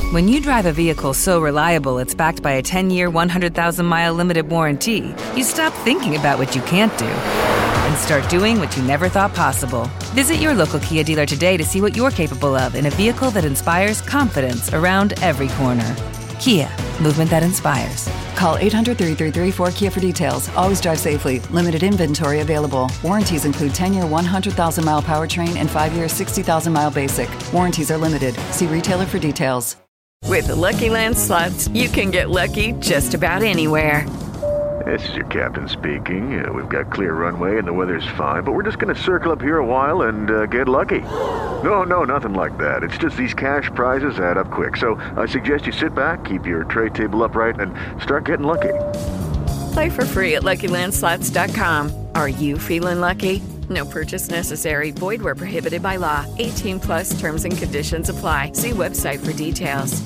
When you drive a vehicle so reliable it's backed by a 10-year, 100,000-mile limited warranty, you stop thinking about what you can't do and start doing what you never thought possible. Visit your local Kia dealer today to see what you're capable of in a vehicle that inspires confidence around every corner. Kia, movement that inspires. Call 800-333-4KIA for details. Always drive safely. Limited inventory available. Warranties include 10-year 100,000-mile powertrain and 5-year 60,000-mile basic. Warranties are limited. See retailer for details. With the Lucky Land Slots, you can get lucky just about anywhere. This is your captain speaking. We've got clear runway and the weather's fine, but we're just going to circle up here a while and get lucky. No, nothing like that. It's just these cash prizes add up quick. So I suggest you sit back, keep your tray table upright, and start getting lucky. Play for free at LuckyLandSlots.com. Are you feeling lucky? No purchase necessary. Void where prohibited by law. 18 plus terms and conditions apply. See website for details.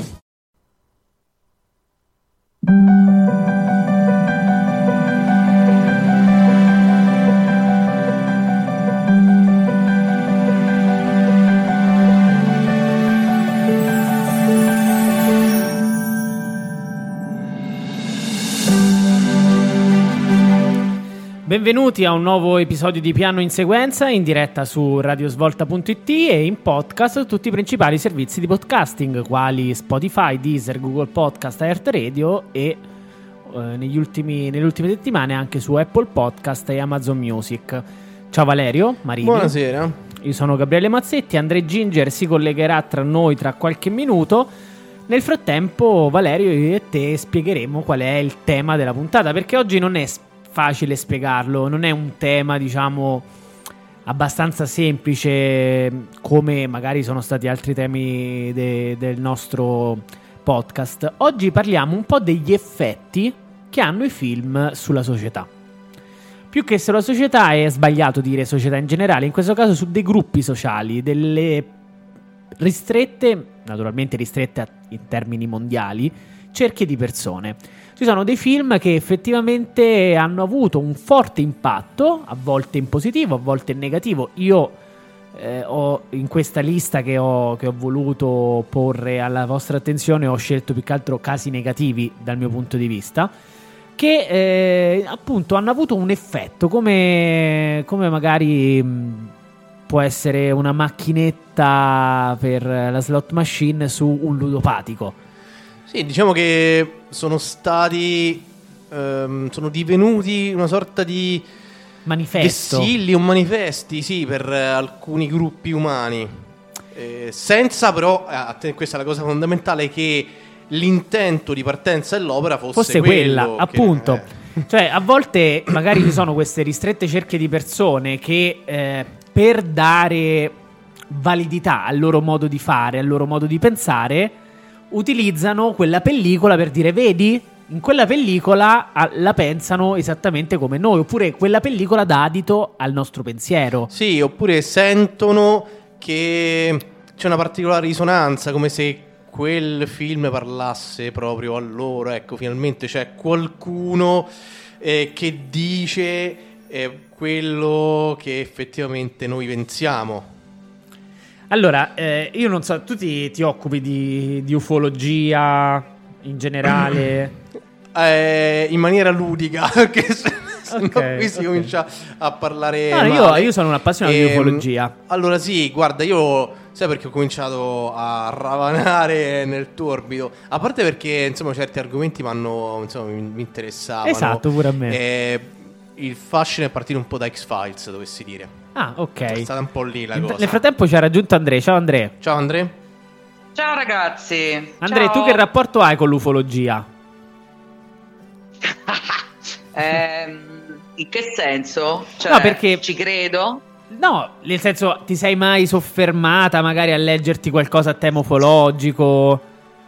Benvenuti a un nuovo episodio di Piano in Sequenza, in diretta su radiosvolta.it e in podcast su tutti i principali servizi di podcasting quali Spotify, Deezer, Google Podcast, iHeartRadio e nelle ultime settimane anche su Apple Podcast e Amazon Music. Ciao Valerio Marini. Buonasera. Io sono Gabriele Mazzetti. André Ginger si collegherà tra noi tra qualche minuto. Nel frattempo, Valerio, io e te spiegheremo qual è il tema della puntata, perché oggi non è facile spiegarlo, non è un tema, diciamo, abbastanza semplice come magari sono stati altri temi del nostro podcast. Oggi parliamo un po' degli effetti che hanno i film sulla società. Più che sulla società, è sbagliato dire società in generale, in questo caso su dei gruppi sociali, delle naturalmente ristrette in termini mondiali, cerchie di persone. Ci sono dei film che effettivamente hanno avuto un forte impatto, a volte in positivo, a volte in negativo. Io ho in questa lista che ho voluto porre alla vostra attenzione, ho scelto più che altro casi negativi dal mio punto di vista, che appunto hanno avuto un effetto, come magari può essere una macchinetta per la slot machine su un ludopatico. Sì, diciamo che sono divenuti una sorta di manifesto, vessilli o manifesti, sì, per alcuni gruppi umani, senza però, questa è la cosa fondamentale, che l'intento di partenza dell'opera fosse quella, appunto. Cioè, a volte magari ci sono queste ristrette cerchie di persone che per dare validità al loro modo di fare, al loro modo di pensare, utilizzano quella pellicola per dire: vedi, in quella pellicola la pensano esattamente come noi, oppure quella pellicola dà adito al nostro pensiero. Sì, oppure sentono che c'è una particolare risonanza, come se quel film parlasse proprio a loro. Ecco, finalmente c'è qualcuno che dice quello che effettivamente noi pensiamo. Allora, io non so, tu ti occupi di ufologia in generale? In maniera ludica, perché sennò qui si comincia a parlare male. Io sono un appassionato di ufologia. Allora sì, guarda, io sai perché ho cominciato a ravanare nel torbido? A parte perché, insomma, certi argomenti mi interessavano. Esatto, pure a me. Il fascino è partito un po' da X-Files, dovessi dire. Ah, ok. È stata un po' lì la cosa. Nel frattempo ci ha raggiunto Andrea. Ciao Andrea. Ciao Andrea. Ciao ragazzi. Andrea, tu che rapporto hai con l'ufologia? In che senso? Cioè, no, perché ci credo? No, nel senso, ti sei mai soffermata magari a leggerti qualcosa a tema ufologico?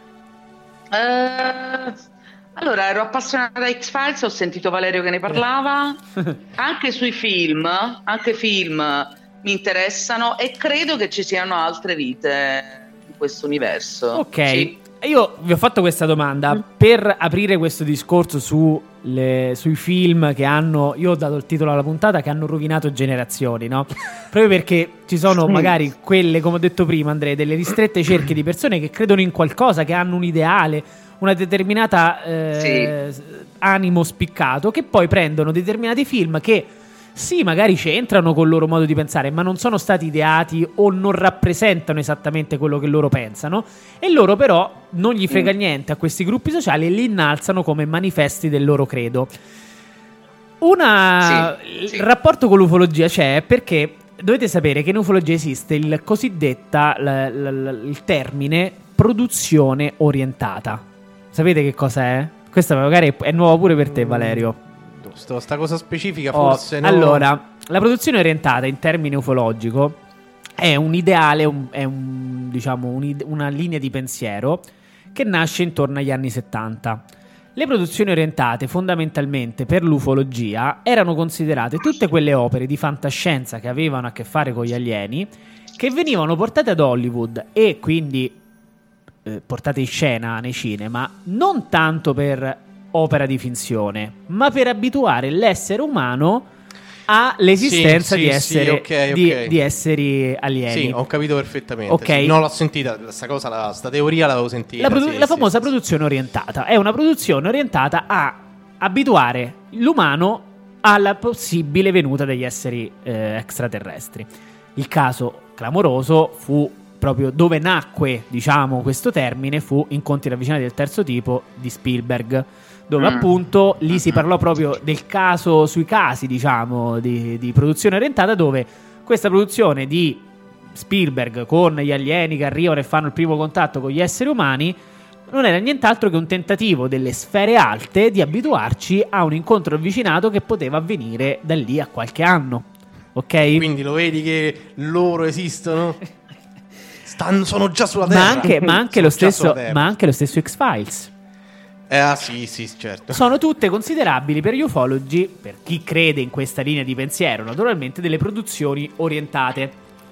Allora, ero appassionata da X-Files, ho sentito Valerio che ne parlava. Anche sui film, mi interessano e credo che ci siano altre vite in questo universo. Ok, sì. Io vi ho fatto questa domanda per aprire questo discorso su sui film che hanno, io ho dato il titolo alla puntata, che hanno rovinato generazioni, no? Proprio perché ci sono magari quelle, come ho detto prima Andrea, delle ristrette cerchie di persone che credono in qualcosa, che hanno un ideale, una determinata animo spiccato, che poi prendono determinati film che sì, magari c'entrano col loro modo di pensare, ma non sono stati ideati o non rappresentano esattamente quello che loro pensano, e loro però non gli frega niente a questi gruppi sociali e li innalzano come manifesti del loro credo. Il rapporto con l'ufologia c'è perché dovete sapere che in ufologia esiste il termine produzione orientata. Sapete che cosa è? Questa magari è nuova pure per te, Valerio. Sta cosa specifica forse no. Allora, la produzione orientata in termine ufologico è un ideale, una linea di pensiero che nasce intorno agli anni 70. Le produzioni orientate fondamentalmente per l'ufologia erano considerate tutte quelle opere di fantascienza che avevano a che fare con gli alieni, che venivano portate ad Hollywood e quindi portate in scena nei cinema, non tanto per opera di finzione, ma per abituare l'essere umano all'esistenza di esseri alieni. Sì, ho capito perfettamente. Okay. Non l'ho sentita, sta teoria l'avevo sentita. La famosa produzione orientata è una produzione orientata a abituare l'umano alla possibile venuta degli esseri extraterrestri. Il caso clamoroso fu proprio dove nacque, diciamo, questo termine, fu Incontri ravvicinati del terzo tipo di Spielberg, dove appunto lì si parlò proprio del caso, sui casi, diciamo, di produzione orientata, dove questa produzione di Spielberg con gli alieni che arrivano e fanno il primo contatto con gli esseri umani non era nient'altro che un tentativo delle sfere alte di abituarci a un incontro avvicinato che poteva avvenire da lì a qualche anno. Ok? Quindi lo vedi che loro esistono? Sono già sulla Terra. Ma anche lo stesso X-Files. Sì, certo. Sono tutte considerabili per gli ufologi, per chi crede in questa linea di pensiero, naturalmente, delle produzioni orientate.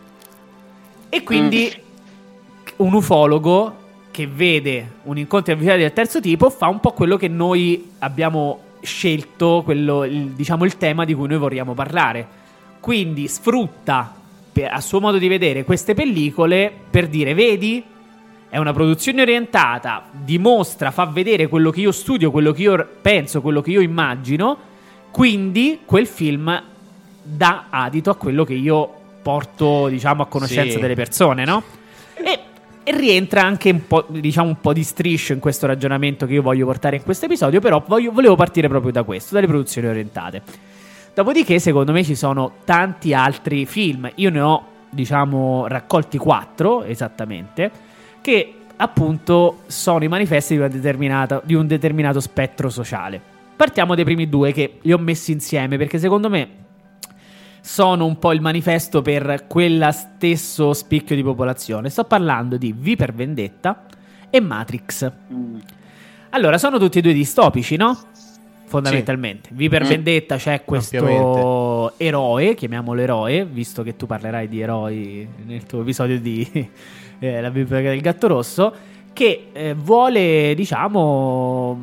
E quindi un ufologo che vede un incontro avvicinato del terzo tipo fa un po' quello che noi abbiamo scelto, il tema di cui noi vorremmo parlare. Quindi sfrutta a suo modo di vedere queste pellicole per dire: vedi, è una produzione orientata, dimostra, fa vedere quello che io studio, quello che io penso, quello che io immagino, quindi quel film dà adito a quello che io porto, diciamo, a conoscenza delle persone, no? E rientra anche un po' di striscio in questo ragionamento che io voglio portare in questo episodio, però volevo partire proprio da questo, dalle produzioni orientate. Dopodiché, secondo me, ci sono tanti altri film, io ne ho, diciamo, raccolti 4 esattamente, che appunto sono i manifesti di un determinato spettro sociale. Partiamo dai primi 2, che li ho messi insieme perché secondo me sono un po' il manifesto per quella stesso spicchio di popolazione. Sto parlando di V per Vendetta e Matrix. Allora, sono tutti e due distopici, no? Fondamentalmente, V per Vendetta c'è questo eroe, chiamiamolo eroe, visto che tu parlerai di eroi nel tuo episodio di La Biblioteca del Gatto Rosso, che vuole, diciamo,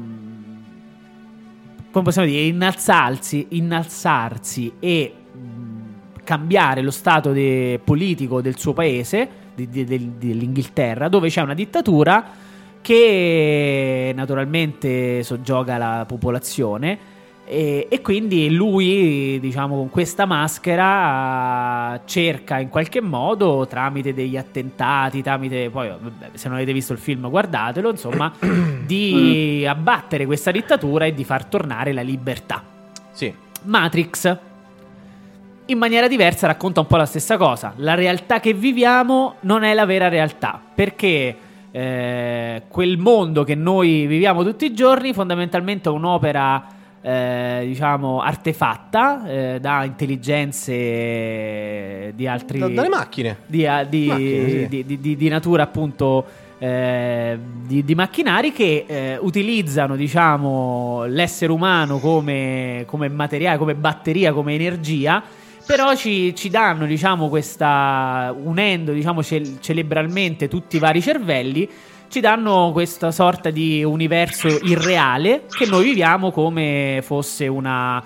come possiamo dire, innalzarsi e cambiare lo stato politico del suo paese, dell'Inghilterra, dove c'è una dittatura che naturalmente soggioga la popolazione, e quindi lui, diciamo, con questa maschera cerca in qualche modo, tramite degli attentati, poi vabbè, se non avete visto il film guardatelo, insomma, di abbattere questa dittatura e di far tornare la libertà. Sì. Matrix in maniera diversa racconta un po' la stessa cosa. La realtà che viviamo non è la vera realtà, perché quel mondo che noi viviamo tutti i giorni fondamentalmente è un'opera diciamo artefatta da intelligenze di altri, dalle macchine di natura appunto di macchinari che utilizzano, diciamo, l'essere umano come materiale, come batteria, come energia. Però ci danno, diciamo, unendo, diciamo, cerebralmente tutti i vari cervelli, ci danno questa sorta di universo irreale che noi viviamo come fosse un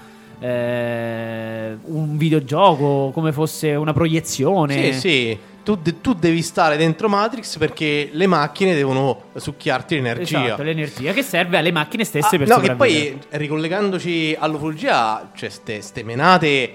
videogioco, come fosse una proiezione. Sì. Tu devi stare dentro Matrix perché le macchine devono succhiarti l'energia. Esatto, l'energia che serve alle macchine stesse per sopravvivere. Che poi, ricollegandoci all'ufologia, cioè ste menate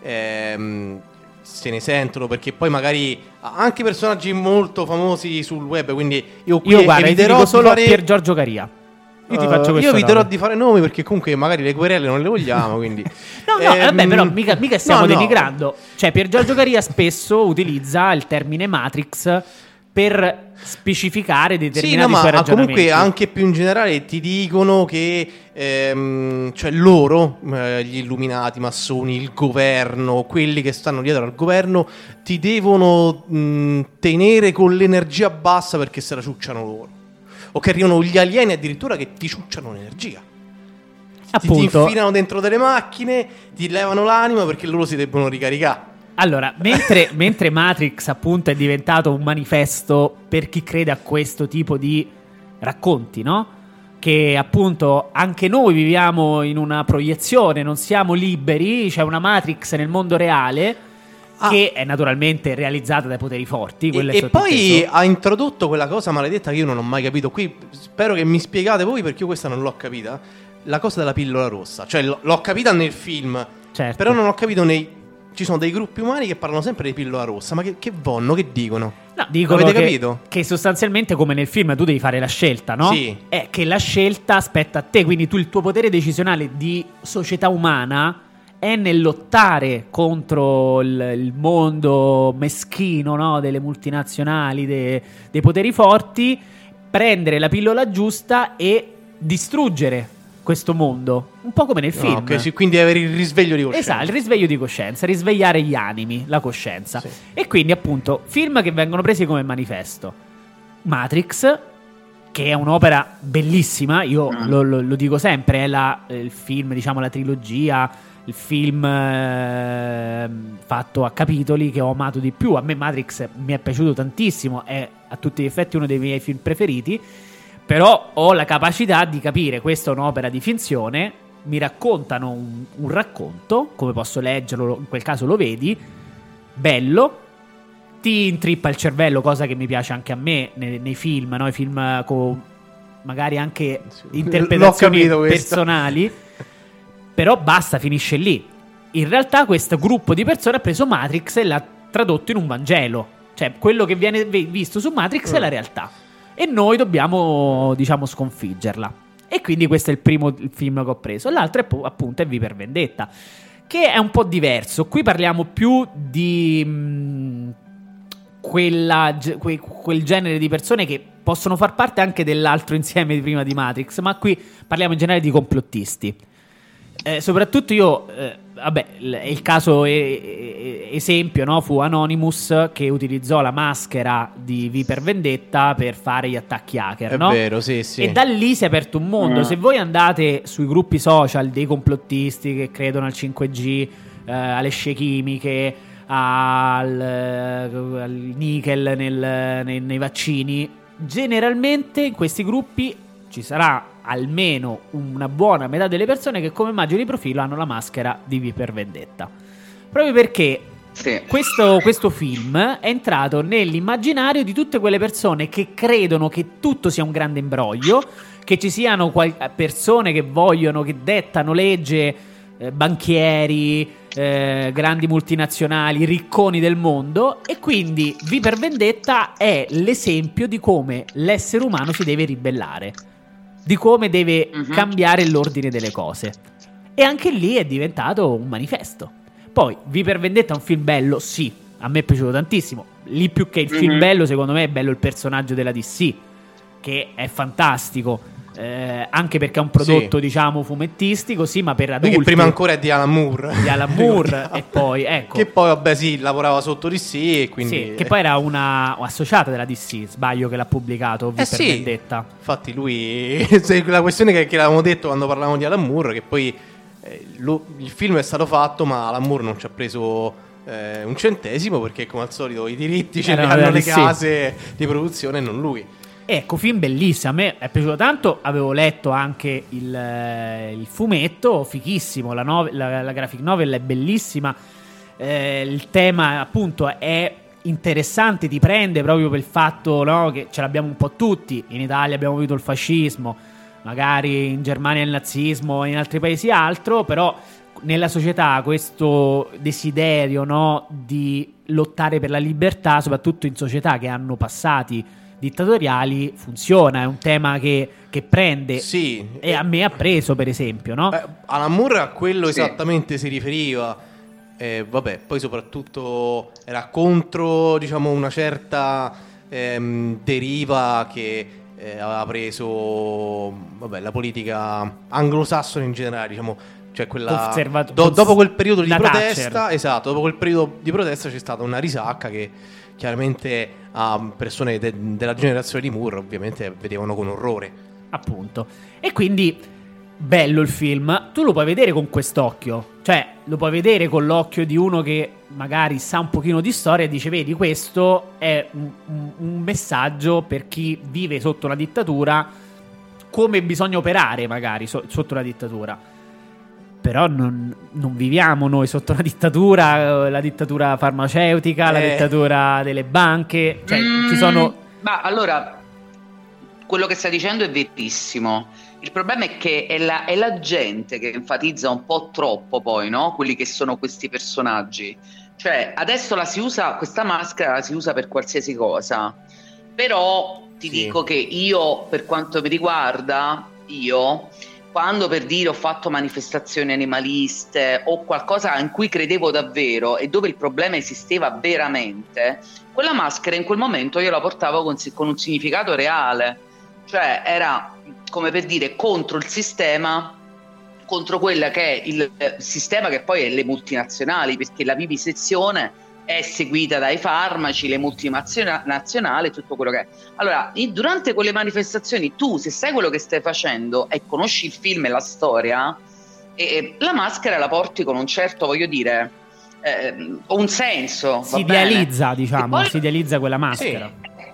se ne sentono, perché poi magari anche personaggi molto famosi sul web, quindi io guarda, eviterò dico solo Pier Giorgio Caria. Io ti faccio questo. Io eviterò di fare nomi perché comunque magari le querele non le vogliamo, quindi vabbè, però mica stiamo denigrando. Cioè, Pier Giorgio Caria spesso utilizza il termine Matrix per specificare determinati suoi ragionamenti. Comunque anche più in generale ti dicono che cioè loro, gli illuminati, massoni, il governo, quelli che stanno dietro al governo, ti devono tenere con l'energia bassa perché se la ciucciano loro. O che arrivano gli alieni addirittura che ti ciucciano l'energia. Ti infilano dentro delle macchine, ti levano l'anima perché loro si debbono ricaricare. Allora, mentre Matrix appunto è diventato un manifesto per chi crede a questo tipo di racconti, no? Che appunto anche noi viviamo in una proiezione, non siamo liberi, c'è una Matrix nel mondo reale che è naturalmente realizzata dai poteri forti. E poi ha introdotto quella cosa maledetta che io non ho mai capito. Qui spero che mi spiegate voi, perché io questa non l'ho capita. La cosa della pillola rossa. Cioè l'ho capita nel film, certo, però non ho capito ci sono dei gruppi umani che parlano sempre di pillola rossa. Ma che vonno, che dicono? No, dicono avete capito? Che sostanzialmente, come nel film, tu devi fare la scelta, no? Sì. È che la scelta spetta a te. Quindi il tuo potere decisionale di società umana è nel lottare contro il mondo meschino, no? Delle multinazionali, dei poteri forti, prendere la pillola giusta e distruggere questo mondo, un po' come nel film. Okay, sì, quindi avere il risveglio di coscienza. Esatto, il risveglio di coscienza, risvegliare gli animi, la coscienza. Sì. E quindi appunto film che vengono presi come manifesto. Matrix, che è un'opera bellissima, io lo dico sempre, è il film, diciamo la trilogia, il film fatto a capitoli che ho amato di più. A me Matrix mi è piaciuto tantissimo, è a tutti gli effetti uno dei miei film preferiti. Però ho la capacità di capire, questa è un'opera di finzione, mi raccontano un racconto, come posso leggerlo, in quel caso lo vedi, bello, ti intrippa il cervello, cosa che mi piace anche a me nei film, no? I film con magari anche interpretazioni personali, però basta, finisce lì. In realtà questo gruppo di persone ha preso Matrix e l'ha tradotto in un Vangelo, cioè quello che viene visto su Matrix è la realtà. E noi dobbiamo, diciamo, sconfiggerla. E quindi questo è il primo film che ho preso. L'altro è appunto è V per Vendetta, che è un po' diverso. Qui parliamo più di quel genere di persone che possono far parte anche dell'altro insieme di prima di Matrix, ma qui parliamo in generale di complottisti. Soprattutto io, il caso esempio, no, fu Anonymous, che utilizzò la maschera di V per Vendetta per fare gli attacchi hacker, no? È vero, sì. E da lì si è aperto un mondo. Se voi andate sui gruppi social dei complottisti che credono al 5G, alle scie chimiche, al nickel nei vaccini, generalmente in questi gruppi ci sarà almeno una buona metà delle persone che come immagine di profilo hanno la maschera di V per Vendetta, proprio perché questo film è entrato nell'immaginario di tutte quelle persone che credono che tutto sia un grande imbroglio, che ci siano persone che vogliono, che dettano legge, banchieri, grandi multinazionali, ricconi del mondo, e quindi V per Vendetta è l'esempio di come l'essere umano si deve ribellare, di come deve cambiare l'ordine delle cose. E anche lì è diventato un manifesto. Poi V per Vendetta è un film bello, sì, a me è piaciuto tantissimo. Lì più che il film bello, secondo me è bello il personaggio della DC, che è fantastico, anche perché è un prodotto, diciamo, fumettistico, sì, ma per adulti. Perché prima ancora è di Alan Moore. E poi, ecco, che poi, vabbè, sì, lavorava sotto DC e quindi... Sì, che poi era una associata della DC, sbaglio, che l'ha pubblicato V per Vendetta. Infatti lui... la questione che l'avevamo detto quando parlavamo di Alan Moore, che poi il film è stato fatto, ma Alan Moore non ci ha preso un centesimo, perché come al solito i diritti ce li hanno le case di produzione e non lui. Ecco, film bellissimo, a me è piaciuto tanto, avevo letto anche il fumetto, fighissimo, la graphic novel è bellissima, il tema appunto è interessante, ti prende proprio per il fatto, no, che ce l'abbiamo un po' tutti, in Italia abbiamo avuto il fascismo, magari in Germania il nazismo, in altri paesi altro, però nella società questo desiderio, no, di lottare per la libertà, soprattutto in società che hanno passati dittatoriali, funziona, è un tema che prende, sì, e a me ha preso, per esempio, no? Alan Moore a quello esattamente si riferiva, vabbè, poi soprattutto era contro, diciamo, una certa deriva che aveva preso, vabbè, la politica anglosassone in generale, diciamo, cioè quella dopo quel periodo di protesta, Thatcher. Esatto, dopo quel periodo di protesta c'è stata una risacca che chiaramente a persone della generazione di Moore ovviamente vedevano con orrore, appunto. E quindi bello il film, tu lo puoi vedere con quest'occhio, cioè lo puoi vedere con l'occhio di uno che magari sa un pochino di storia e dice: vedi, questo è un messaggio per chi vive sotto una dittatura, come bisogna operare magari sotto una dittatura. Però non viviamo noi sotto una dittatura, la dittatura farmaceutica, la dittatura delle banche, cioè ci sono... Ma allora, quello che stai dicendo è verissimo. Il problema è che è la gente che enfatizza un po' troppo poi, no? Quelli che sono questi personaggi. Cioè, adesso questa maschera la si usa per qualsiasi cosa. Però ti dico che io, per quanto mi riguarda, quando, per dire, ho fatto manifestazioni animaliste o qualcosa in cui credevo davvero e dove il problema esisteva veramente, quella maschera in quel momento io la portavo con un significato reale, cioè era come per dire contro il sistema, contro quella che è il sistema che poi è le multinazionali, perché la vivisezione è seguita dai farmaci, le multinazionali, tutto quello che è. Allora, durante quelle manifestazioni, tu, se sai quello che stai facendo e conosci il film e la storia, la maschera la porti con un certo, voglio dire, un senso. Si idealizza, diciamo, poi, si idealizza quella maschera.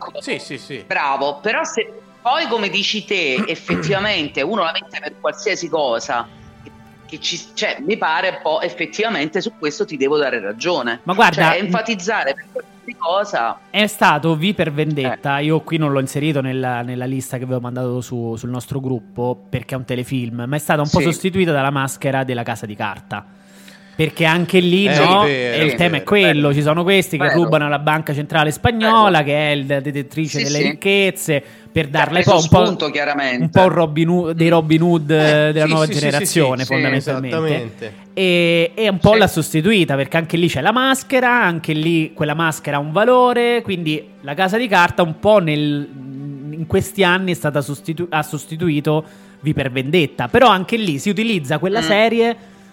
Sì. Bravo, però se poi, come dici te, effettivamente uno la mette per qualsiasi cosa, cioè, mi pare un po', effettivamente su questo ti devo dare ragione. Ma guarda, cioè, enfatizzare per qualsiasi cosa è stato V per Vendetta. Io qui non l'ho inserito nella lista che avevo mandato sul nostro gruppo, perché è un telefilm, ma è stata un po' sostituita dalla maschera della Casa di Carta, perché anche lì il tema è quello, ci sono questi che rubano la banca centrale spagnola, che è la detettrice delle ricchezze, per darle poi un po' dei Robin Hood della nuova generazione, fondamentalmente. E un po' l'ha sostituita, perché anche lì c'è la maschera, anche lì quella maschera ha un valore, quindi la Casa di Carta un po' in questi anni è stata ha sostituito V per Vendetta, però anche lì si utilizza quella serie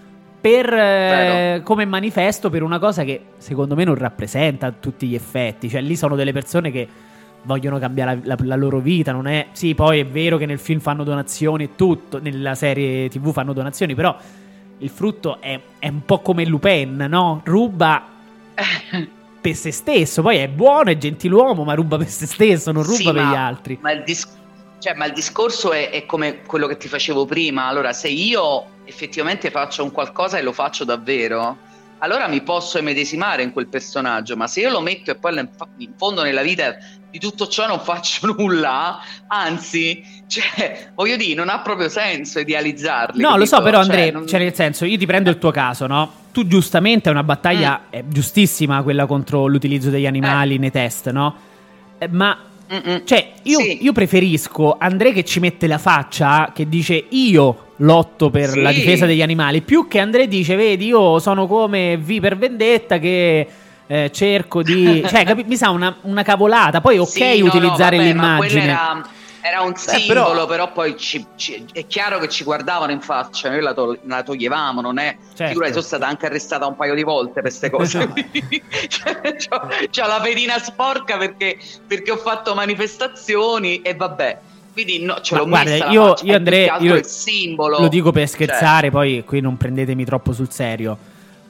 come manifesto per una cosa che secondo me non rappresenta a tutti gli effetti. Cioè, lì sono delle persone che vogliono cambiare la loro vita, non è... Sì, poi è vero che nel film fanno donazioni e tutto, nella serie TV fanno donazioni, però il frutto è un po' come Lupin, no? Ruba per se stesso, poi è buono, è gentiluomo, ma ruba per se stesso, non ruba per gli altri. Ma il discorso è come quello che ti facevo prima. Allora, se io effettivamente faccio un qualcosa e lo faccio davvero, allora mi posso immedesimare in quel personaggio, ma se io lo metto e poi in fondo nella vita di tutto ciò non faccio nulla, anzi, cioè, voglio dire, non ha proprio senso idealizzarli. No, lo so, però Andrea, cioè nel senso, io ti prendo il tuo caso, no? Tu giustamente è una battaglia è giustissima quella contro l'utilizzo degli animali nei test, no? Ma cioè io preferisco Andrea che ci mette la faccia, che dice io lotto per la difesa degli animali, più che Andrea dice vedi io sono come V per Vendetta che cerco di cioè mi sa una cavolata. Poi utilizzare l'immagine, ma era un simbolo, però poi è chiaro che ci guardavano in faccia, noi la toglievamo, non è figurati, sono stata anche arrestata un paio di volte per queste cose. C'ho la pedina sporca perché ho fatto manifestazioni e vabbè, quindi no, ce l'ho messa io Andrea, il simbolo, lo dico per scherzare, poi qui non prendetemi troppo sul serio,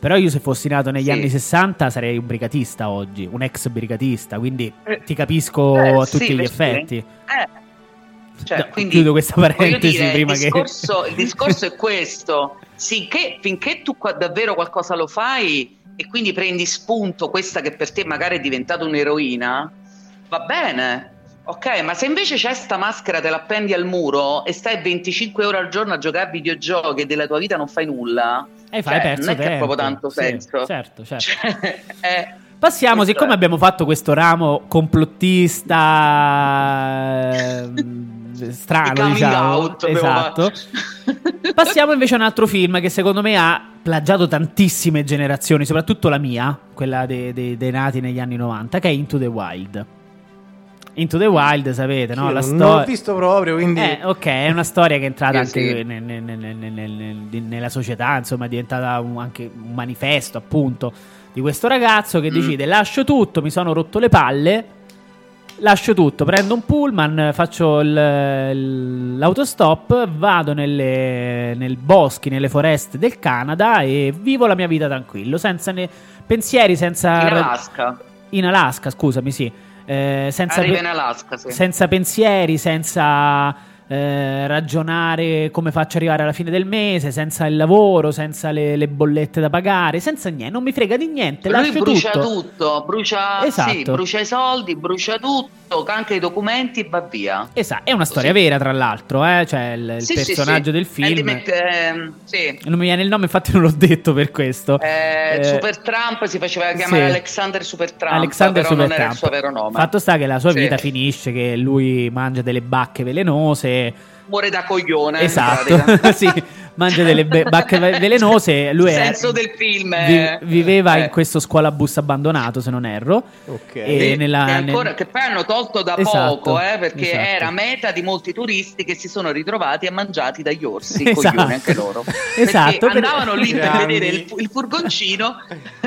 Però io se fossi nato negli Sì. anni 60 sarei un brigatista oggi, un ex brigatista, quindi ti capisco a tutti sì, gli perché- effetti. Cioè, No, quindi, chiudo questa voglio parentesi dire, prima il discorso è questo: finché tu davvero qualcosa lo fai e quindi prendi spunto, questa che per te magari è diventata un'eroina, va bene, ok, ma se invece c'è sta maschera, te la appendi al muro e stai 25 ore al giorno a giocare a videogiochi e della tua vita non fai nulla, Fai cioè, perso non è che ha tempo. proprio tanto Sì, senso. certo. Cioè, Passiamo, questo siccome è. abbiamo fatto questo ramo complottista strano, Di coming diciamo, out, abbiamo esatto. fatto. Passiamo invece a un altro film che secondo me ha plagiato tantissime generazioni, soprattutto la mia, quella dei nati negli anni 90, che è Into the Wild. Into the Wild, sapete, no? La non l'ho visto proprio, quindi... ok, è una storia che è entrata Io anche sì. nella società, insomma, è diventata anche un manifesto, appunto, di questo ragazzo che decide: lascio tutto, mi sono rotto le palle, lascio tutto, prendo un pullman, faccio l'autostop, vado nel boschi, nelle foreste del Canada e vivo la mia vita tranquillo, senza pensieri, senza... In Alaska, scusami, sì. Senza arriva in Alaska, sì. senza pensieri, senza ragionare come faccio arrivare alla fine del mese, senza il lavoro, senza le bollette da pagare, senza niente, non mi frega di niente, Lui lascio brucia tutto. brucia, Esatto. sì, brucia i soldi, brucia tutto, anche i documenti e va via. Esatto, è una storia Così. vera, tra l'altro, cioè il Sì, personaggio del film. Sì. Non mi viene il nome, infatti non l'ho detto per questo. Super Trump si faceva chiamare sì. Alexander Super Trump, Alexander però Super non era Trump. il suo vero nome. Fatto sta che la sua Sì. vita finisce che lui mangia delle bacche velenose. Muore da coglione. in Esatto, pratica. sì, mangia delle bacche velenose. Lui Il senso del film viveva in questo scuolabus abbandonato, se non erro. Ok. E che poi hanno tolto da Esatto, poco, perché esatto. era meta di molti turisti che si sono ritrovati e mangiati dagli orsi, Esatto. coglioni anche loro. Esatto, Perché andavano lì per Grandi. vedere il furgoncino.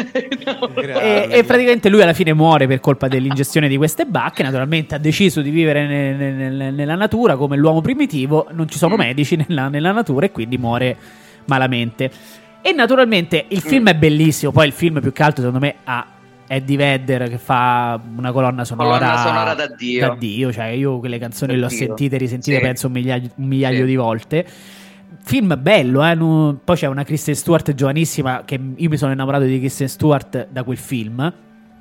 E praticamente lui alla fine muore per colpa dell'ingestione di queste bacche. Naturalmente ha deciso di vivere nella natura come l'uomo primitivo. Non ci sono medici nella natura e quindi muore malamente. E naturalmente il film è bellissimo. Poi il film più che altro secondo me ha Eddie Vedder che fa una colonna sonora da Dio. Cioè io quelle canzoni le ho Dio. sentite e risentite Sì. penso un migliaio Sì. di volte. Film bello, poi c'è una Kristen Stewart giovanissima che io mi sono innamorato di Kristen Stewart da quel film.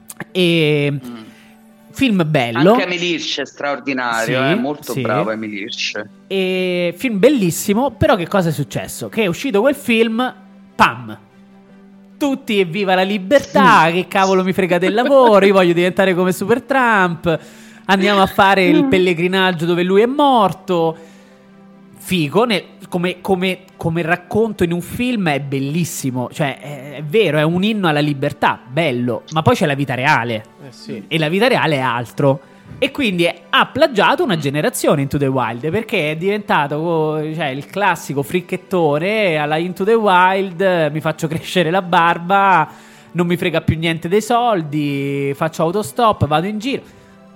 E film bello. Anche Emily Hirsch è straordinario, Sì, molto sì. bravo Emily Hirsch. E film bellissimo, però che cosa è successo? Che è uscito quel film, pam! Tutti evviva la libertà, che cavolo mi frega del lavoro, io voglio diventare come Super Trump, andiamo a fare il pellegrinaggio dove lui è morto. Figo, come racconto in un film è bellissimo, cioè è vero, è un inno alla libertà, bello, ma poi c'è la vita reale, sì. e la vita reale è altro. E quindi ha plagiato una generazione Into the Wild, perché è diventato il classico fricchettone alla Into the Wild, mi faccio crescere la barba, non mi frega più niente dei soldi, faccio autostop, vado in giro.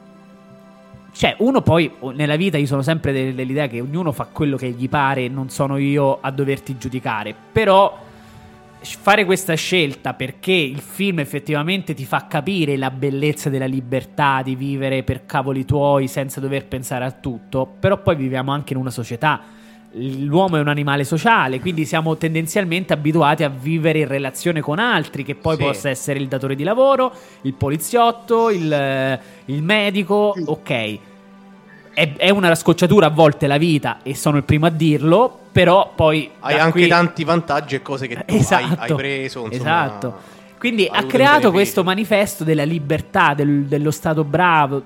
Cioè, uno poi nella vita, io sono sempre dell'idea che ognuno fa quello che gli pare, non sono io a doverti giudicare. Però fare questa scelta perché il film effettivamente ti fa capire la bellezza della libertà di vivere per cavoli tuoi senza dover pensare a tutto. Però poi viviamo anche in una società, l'uomo è un animale sociale, quindi siamo tendenzialmente abituati a vivere in relazione con altri, che poi Sì. possa essere il datore di lavoro, il poliziotto, il medico. Ok, è una scocciatura a volte la vita, e sono il primo a dirlo, però poi Hai da anche qui... tanti vantaggi e cose che tu hai preso, insomma. Esatto. Quindi ha avuto un creato beneficio. questo manifesto della libertà, dello stato bravo,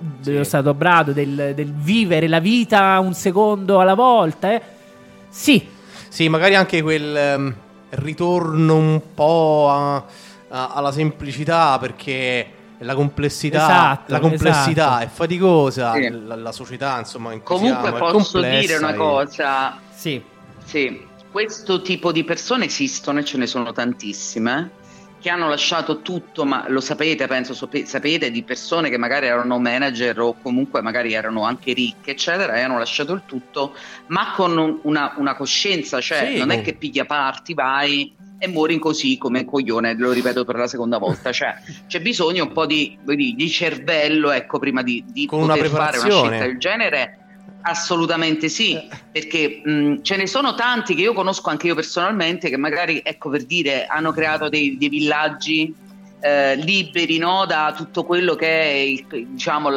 del vivere la vita un secondo alla volta. Sì, magari anche quel ritorno un po' alla semplicità, perché la complessità Esatto. è faticosa, Sì. la società, insomma, in cui Comunque siamo, è posso complessa dire una e- cosa, sì. sì, questo tipo di persone esistono e ce ne sono tantissime che hanno lasciato tutto, ma lo sapete, penso sapete di persone che magari erano manager o comunque magari erano anche ricche, eccetera, e hanno lasciato il tutto, ma con una coscienza, cioè Sì, non è che piglia parti, vai e muori così come un coglione, lo ripeto per la seconda volta. Cioè c'è bisogno un po' di cervello, ecco, prima di poter fare una scelta del genere. Assolutamente sì, perché ce ne sono tanti che io conosco anche io personalmente, che magari, ecco, per dire, hanno creato dei villaggi liberi, no, da tutto quello che è diciamo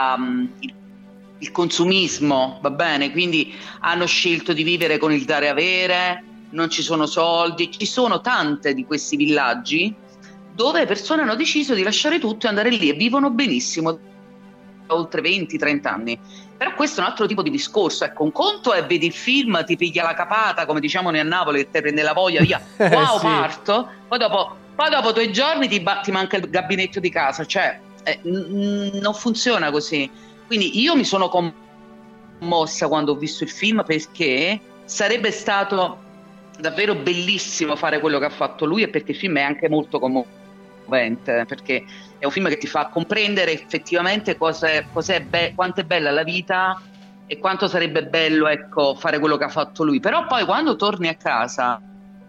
il consumismo, va bene? Quindi hanno scelto di vivere con il dare e avere, non ci sono soldi. Ci sono tante di questi villaggi dove persone hanno deciso di lasciare tutto e andare lì e vivono benissimo da oltre 20-30 anni. Però questo è un altro tipo di discorso. Ecco, un conto è vedi il film, ti piglia la capata, come diciamo noi a Napoli, che ti prende la voglia, via, wow, sì. Parto, poi dopo 2 giorni ti manca il gabinetto di casa. Cioè non funziona così. Quindi io mi sono commossa quando ho visto il film, perché sarebbe stato davvero bellissimo fare quello che ha fatto lui, e perché il film è anche molto commovente, perché è un film che ti fa comprendere effettivamente quanto è bella la vita e quanto sarebbe bello, ecco, fare quello che ha fatto lui. Però poi quando torni a casa,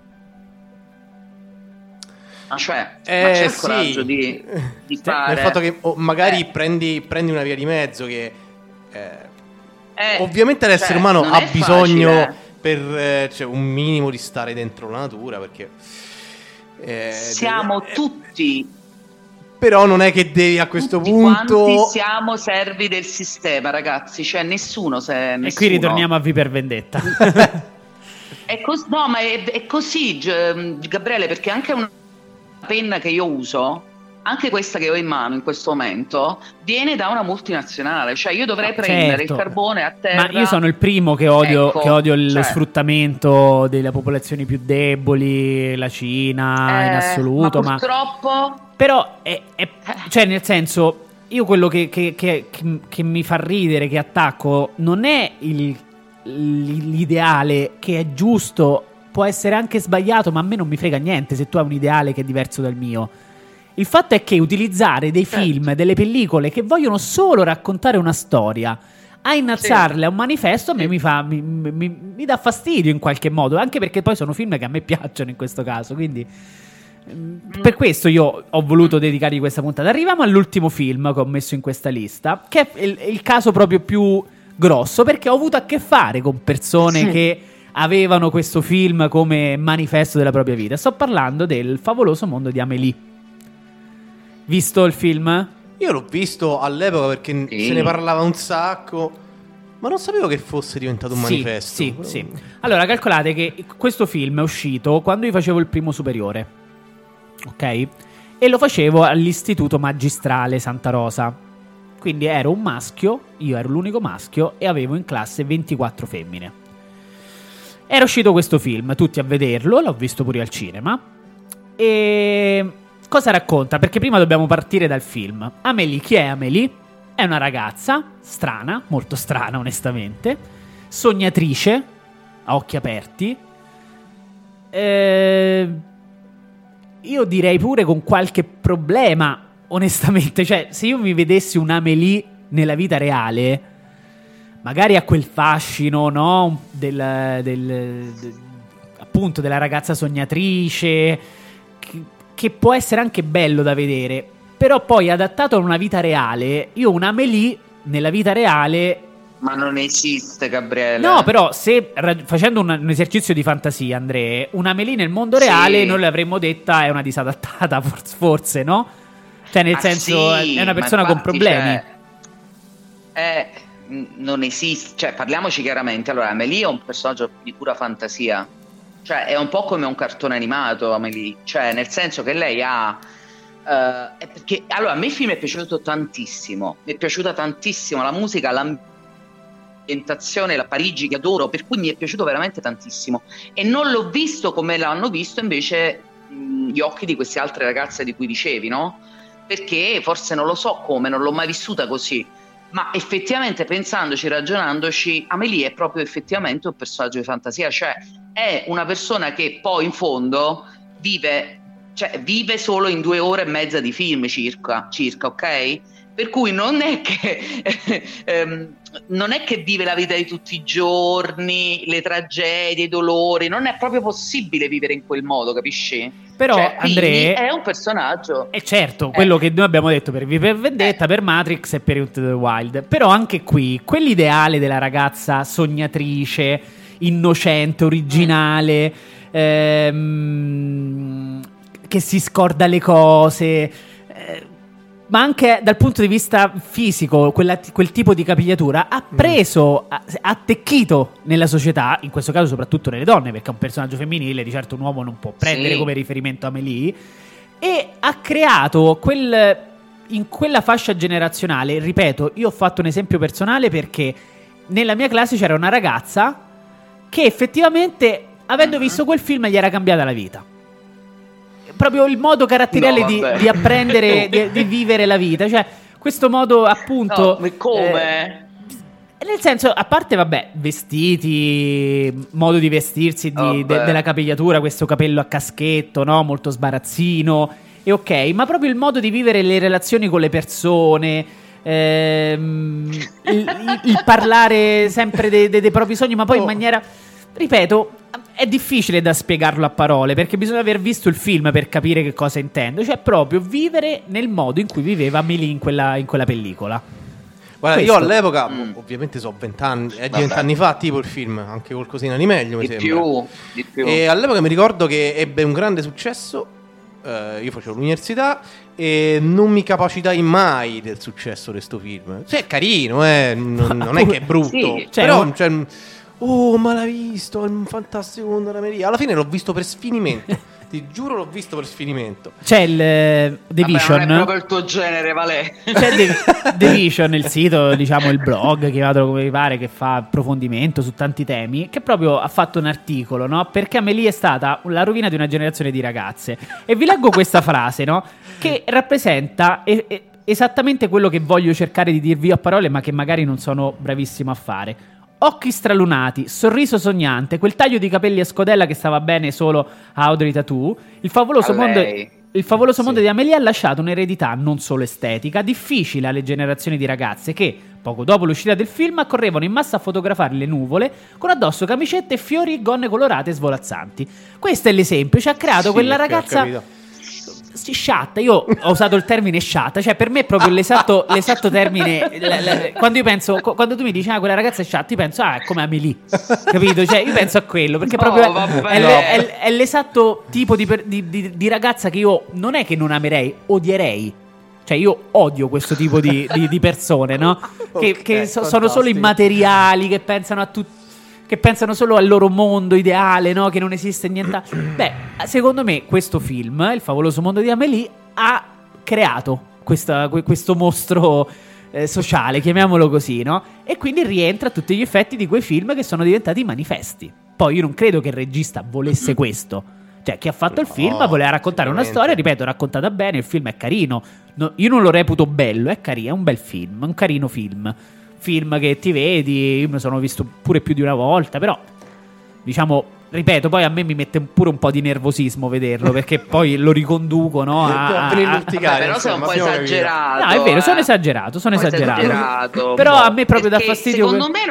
cioè ma c'è il coraggio di fare nel fatto che magari prendi una via di mezzo che ovviamente l'essere umano ha bisogno facile. Per cioè, un minimo di stare dentro la natura, perché siamo tutti, però non è che devi a questo punto quanti siamo servi del sistema, ragazzi, cioè nessuno. E qui ritorniamo a V per Vendetta. No, ma è così, Gabriele, perché anche una penna che io uso, anche questa che ho in mano in questo momento, viene da una multinazionale. Cioè io dovrei prendere il carbone a terra. Ma io sono il primo che odio, lo sfruttamento delle popolazioni più deboli, la Cina in assoluto, ma purtroppo però cioè, nel senso, io quello che mi fa ridere, che attacco, non è l'ideale che è giusto, può essere anche sbagliato, ma a me non mi frega niente se tu hai un ideale che è diverso dal mio. Il fatto è che utilizzare dei film, delle pellicole che vogliono solo raccontare una storia, a innalzarle a un manifesto, a me mi dà fastidio in qualche modo, anche perché poi sono film che a me piacciono in questo caso, quindi per questo io ho voluto dedicargli questa puntata. Arriviamo all'ultimo film che ho messo in questa lista, che è il caso proprio più grosso, perché ho avuto a che fare con persone che avevano questo film come manifesto della propria vita. Sto parlando del Favoloso mondo di Amélie. Visto il film? Io l'ho visto all'epoca perché se ne parlava un sacco, ma non sapevo che fosse diventato un manifesto. Sì. Allora, calcolate che questo film è uscito quando io facevo il primo superiore, ok? E lo facevo all'Istituto Magistrale Santa Rosa. Quindi ero un maschio, io ero l'unico maschio e avevo in classe 24 femmine. Era uscito questo film, tutti a vederlo, l'ho visto pure al cinema. E cosa racconta? Perché prima dobbiamo partire dal film. Amélie, chi è Amélie? È una ragazza strana, molto strana onestamente, sognatrice, a occhi aperti, io direi pure con qualche problema, onestamente. Cioè, se io mi vedessi un'Amélie nella vita reale, magari ha quel fascino, no? Appunto della ragazza sognatrice, che può essere anche bello da vedere, però poi adattato a una vita reale, io un'Amélie nella vita reale... Ma non esiste, Gabriele. No, però se facendo un esercizio di fantasia, Andrea, un'Amélie nel mondo reale noi l'avremmo detta è una disadattata, forse, no? Cioè, nel senso, è una persona con problemi. Non esiste, cioè, parliamoci chiaramente. Allora, Amélie è un personaggio di pura fantasia. Cioè, è un po' come un cartone animato, Amélie. Cioè, nel senso che lei ha... perché, allora, a me il film è piaciuto tantissimo. Mi è piaciuta tantissimo la musica, l'ambientazione, la Parigi che adoro, per cui mi è piaciuto veramente tantissimo. E non l'ho visto come l'hanno visto invece gli occhi di queste altre ragazze di cui dicevi, no? Perché forse non lo so come, non l'ho mai vissuta così. Ma effettivamente, pensandoci, ragionandoci, Amélie è proprio effettivamente un personaggio di fantasia. Cioè, è una persona che poi in fondo vive solo in 2 ore e mezza di film circa, ok? Per cui non è che vive la vita di tutti i giorni, le tragedie, i dolori, non è proprio possibile vivere in quel modo, capisci? Però cioè, Andrea è un personaggio. E certo, quello che noi abbiamo detto per V per Vendetta, per Matrix e per Into the Wild. Però anche qui, quell'ideale della ragazza sognatrice, innocente, originale, che si scorda le cose, ma anche dal punto di vista fisico, quel tipo di capigliatura ha preso, ha attecchito nella società, in questo caso soprattutto nelle donne, perché è un personaggio femminile, di certo un uomo non può prendere come riferimento Amélie, e ha creato in quella fascia generazionale. Ripeto, io ho fatto un esempio personale perché nella mia classe c'era una ragazza che effettivamente, avendo visto quel film, gli era cambiata la vita. Proprio il modo caratteriale di apprendere, di vivere la vita. Cioè, questo modo appunto... No, come? Nel senso, a parte, vabbè, vestiti, modo di vestirsi, della capigliatura, questo capello a caschetto, no? Molto sbarazzino, e ok, ma proprio il modo di vivere le relazioni con le persone, il parlare sempre dei propri sogni, ma poi in maniera... Ripeto, è difficile da spiegarlo a parole, perché bisogna aver visto il film per capire che cosa intendo. Cioè proprio vivere nel modo in cui viveva Amélie in quella pellicola. Guarda, io all'epoca, ovviamente so 20 anni, è di 20 anni fa tipo il film, anche qualcosina di meglio mi sembra. Di più. E all'epoca mi ricordo che ebbe un grande successo, io facevo l'università e non mi capacitai mai del successo di sto film. Cioè è carino, non è che è brutto, sì, però... ma l'hai visto, è un fantastico mondo della Amélie. Alla fine l'ho visto per sfinimento. Ti giuro, l'ho visto per sfinimento. C'è il The Vision. Non è proprio il tuo genere, Valè. C'è The Vision, il sito, diciamo il blog, chiamatelo come vi pare, che fa approfondimento su tanti temi, che proprio ha fatto un articolo, no? Perché Amélie è stata la rovina di una generazione di ragazze. E vi leggo questa frase, no? Che rappresenta esattamente quello che voglio cercare di dirvi a parole, ma che magari non sono bravissimo a fare. Occhi stralunati, sorriso sognante, quel taglio di capelli a scodella che stava bene solo a Audrey Tautou. Il favoloso mondo di Amélie ha lasciato un'eredità non solo estetica, difficile alle generazioni di ragazze che, poco dopo l'uscita del film, accorrevano in massa a fotografare le nuvole con addosso camicette, fiori e gonne colorate e svolazzanti. Questo è l'esempio, ci ha creato quella ragazza... sciatta. Io ho usato il termine sciatta, cioè per me è proprio l'esatto termine. Quando io penso, quando tu mi dici quella ragazza è sciatta, io penso è come Amélie, capito? Cioè io penso a quello, perché proprio è l'esatto tipo di ragazza che io non è che non amerei, odierei. Cioè io odio questo tipo di persone, no? Che sono solo immateriali, che pensano a tutto, che pensano solo al loro mondo ideale, no? Che non esiste niente. Beh, secondo me questo film, Il favoloso mondo di Amélie, ha creato questo mostro sociale, chiamiamolo così, no? E quindi rientra a tutti gli effetti di quei film che sono diventati manifesti. Poi io non credo che il regista volesse questo. Cioè, chi ha fatto il film voleva raccontare una storia, ripeto, raccontata bene, il film è carino. No, io non lo reputo bello, è carino, è un bel film, un carino film che ti vedi, io me lo sono visto pure più di una volta, però diciamo, ripeto, poi a me mi mette pure un po' di nervosismo vederlo, perché poi lo riconduco, no? Però sei un po' esagerato. No, è vero, sono esagerato. Però a me proprio dà fastidio. Secondo me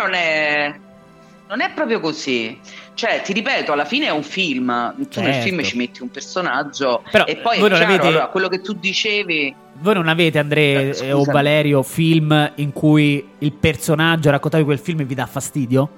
non è proprio così. Cioè, ti ripeto, alla fine è un film. Tu nel film ci metti un personaggio, però, e poi è chiaro, allora, quello che tu dicevi. Voi non avete, Andrea o Valerio, film in cui il personaggio raccontato di quel film vi dà fastidio?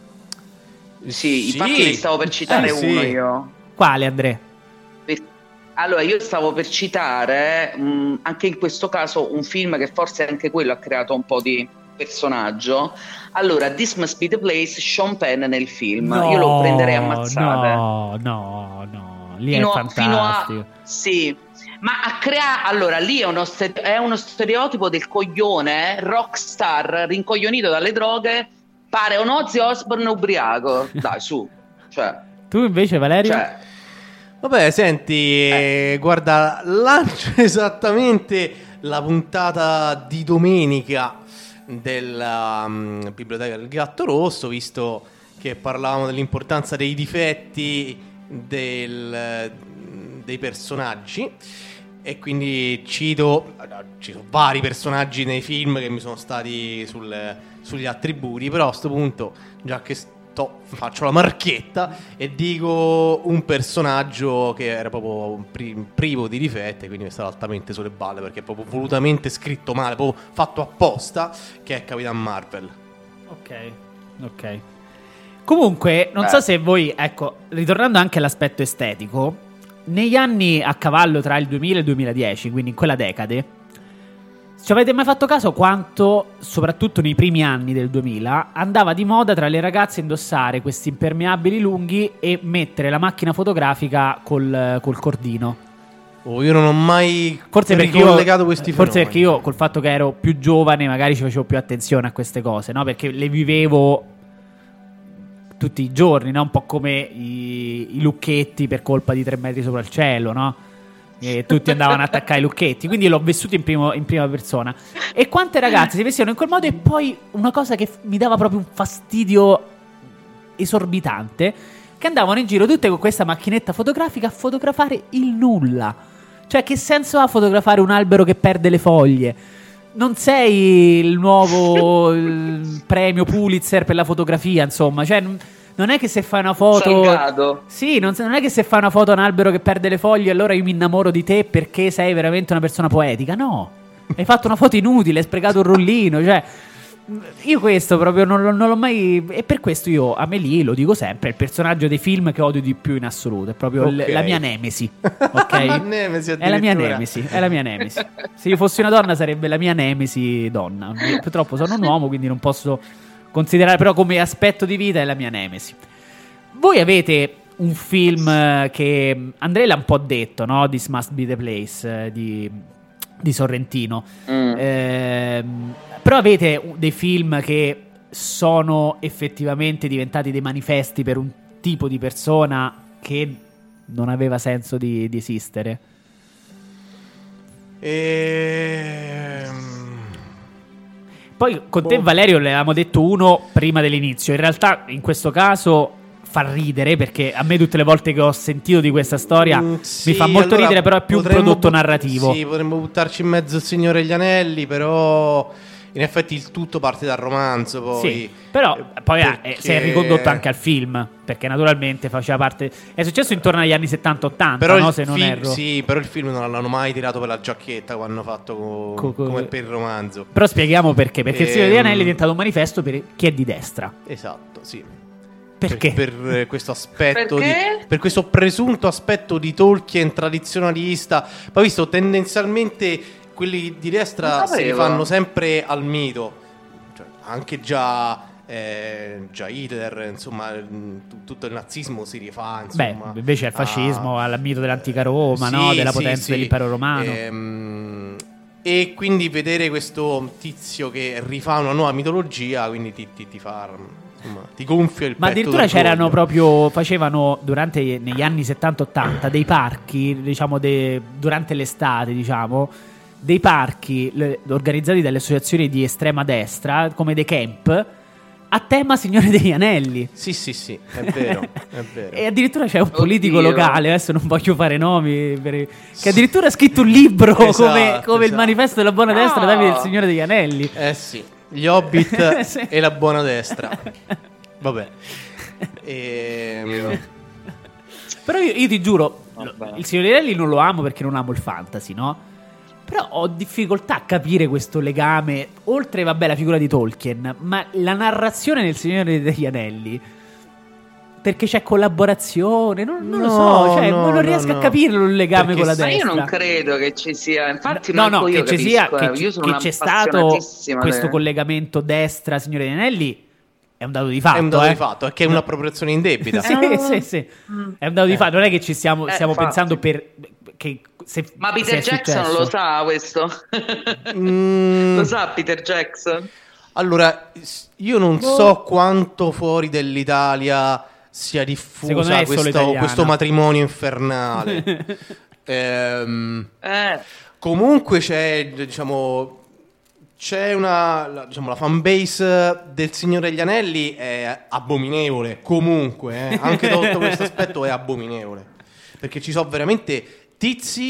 Sì, infatti ne stavo per citare uno io. Quale, Andrea? Allora, io stavo per citare, anche in questo caso, un film che forse anche quello ha creato un po' di personaggio. Allora, This Must Be the Place, Sean Penn nel film. Io lo prenderei a mazzate. No, lì è fantastico. Sì, ma a creare, allora lì è uno stereotipo del coglione rockstar rincoglionito dalle droghe, pare un Ozzy Osbourne ubriaco. Dai, su. Cioè, tu invece, Valerio? Vabbè, senti, guarda, lancio esattamente la puntata di domenica della Biblioteca del Gatto Rosso, visto che parlavamo dell'importanza dei difetti dei personaggi. E quindi cito vari personaggi nei film che mi sono stati sugli attributi, però a questo punto, già che faccio la marchetta e dico un personaggio che era proprio privo di difetti, quindi mi stava altamente sulle balle perché è proprio volutamente scritto male, proprio fatto apposta, che è Capitan Marvel. Ok. Comunque, non so se voi, ecco, ritornando anche all'aspetto estetico, negli anni a cavallo tra il 2000 e il 2010, quindi in quella decade, ci avete mai fatto caso quanto, soprattutto nei primi anni del 2000, andava di moda tra le ragazze indossare questi impermeabili lunghi e mettere la macchina fotografica col cordino? Io non ho mai ricollegato questi fenomeni. Forse perché io, col fatto che ero più giovane, magari ci facevo più attenzione a queste cose, no? Perché le vivevo tutti i giorni, no? Un po' come i lucchetti per colpa di 3 metri sopra il cielo, no? E tutti andavano a attaccare i lucchetti, quindi l'ho vissuto in prima persona. E quante ragazze si vestivano in quel modo. E poi una cosa che mi dava proprio un fastidio esorbitante, che andavano in giro tutte con questa macchinetta fotografica a fotografare il nulla. Cioè, che senso ha fotografare un albero che perde le foglie? Non sei il nuovo premio Pulitzer per la fotografia, insomma. Cioè, non è che se fai una foto Salgado. Sì, non è che se fai una foto a un albero che perde le foglie allora io mi innamoro di te perché sei veramente una persona poetica. No, hai fatto una foto inutile, hai sprecato un rollino. Cioè, io questo proprio non l'ho mai. E per questo io, Amélie, lo dico sempre, è il personaggio dei film che odio di più in assoluto. È proprio la mia nemesi. Ok? È la mia nemesi. Se io fossi una donna sarebbe la mia nemesi donna. Purtroppo sono un uomo, quindi non posso considerare, però come aspetto di vita è la mia nemesi. Voi avete un film che Andrea l'ha un po' detto, no? This Must Be the Place di Sorrentino. Però avete dei film che sono effettivamente diventati dei manifesti per un tipo di persona che non aveva senso di esistere? Poi con te, Valerio, le avevamo detto uno prima dell'inizio. In realtà in questo caso fa ridere, perché a me tutte le volte che ho sentito di questa storia mi fa molto ridere, però è più un prodotto narrativo. Sì, potremmo buttarci in mezzo il Signore degli Anelli, però in effetti il tutto parte dal romanzo. Poi, sì, però poi perché si è ricondotto anche al film, perché naturalmente faceva parte. È successo intorno agli anni 70-80, però no? Se non erro. Sì, però il film non l'hanno mai tirato per la giacchetta quando hanno fatto come per il romanzo. Però spieghiamo perché. Perché il Signore degli Anelli è diventato un manifesto per chi è di destra. Esatto, sì. Perché? Per questo aspetto per questo presunto aspetto di Tolkien tradizionalista. Poi visto tendenzialmente quelli di destra si rifanno sempre al mito, cioè, anche già Hitler, insomma, tutto il nazismo si rifà, insomma. Beh, invece al fascismo, al mito dell'antica Roma, no? Della potenza dell'impero romano. E quindi vedere questo tizio che rifà una nuova mitologia, quindi ti fa, insomma, ti gonfia il petto. Ma addirittura c'erano proprio, facevano negli anni 70-80 dei parchi, diciamo, durante l'estate, diciamo, dei parchi organizzati dalle associazioni di estrema destra, come dei camp, a tema Signore degli Anelli. Sì, è vero, è vero. E addirittura c'è un politico locale, adesso non voglio fare nomi, che addirittura ha scritto un libro come il manifesto della buona destra, Davide il Signore degli Anelli. Sì, gli Hobbit sì. E la buona destra. Vabbè. Però io ti giuro, il Signore degli Anelli non lo amo perché non amo il fantasy, no? Però ho difficoltà a capire questo legame, oltre, vabbè, la figura di Tolkien, ma la narrazione nel Signore degli Anelli, perché c'è collaborazione, non lo so, cioè non riesco a capirlo il legame perché con la destra. Ma io non credo che ci sia, infatti no, io che ci sia, io sono che c'è stato questo collegamento destra Signore degli Anelli. È un dato di fatto. È un dato di fatto, è che è un'appropriazione indebita. Sì. È un dato di fatto, non è che ci stiamo pensando ma Peter Jackson lo sa questo? Lo sa Peter Jackson? Allora, io non so quanto fuori dell'Italia sia diffusa questo matrimonio infernale. Comunque c'è, diciamo, la fanbase del Signore degli Anelli è abominevole. Comunque, anche tolto questo aspetto è abominevole, perché ci sono veramente tizi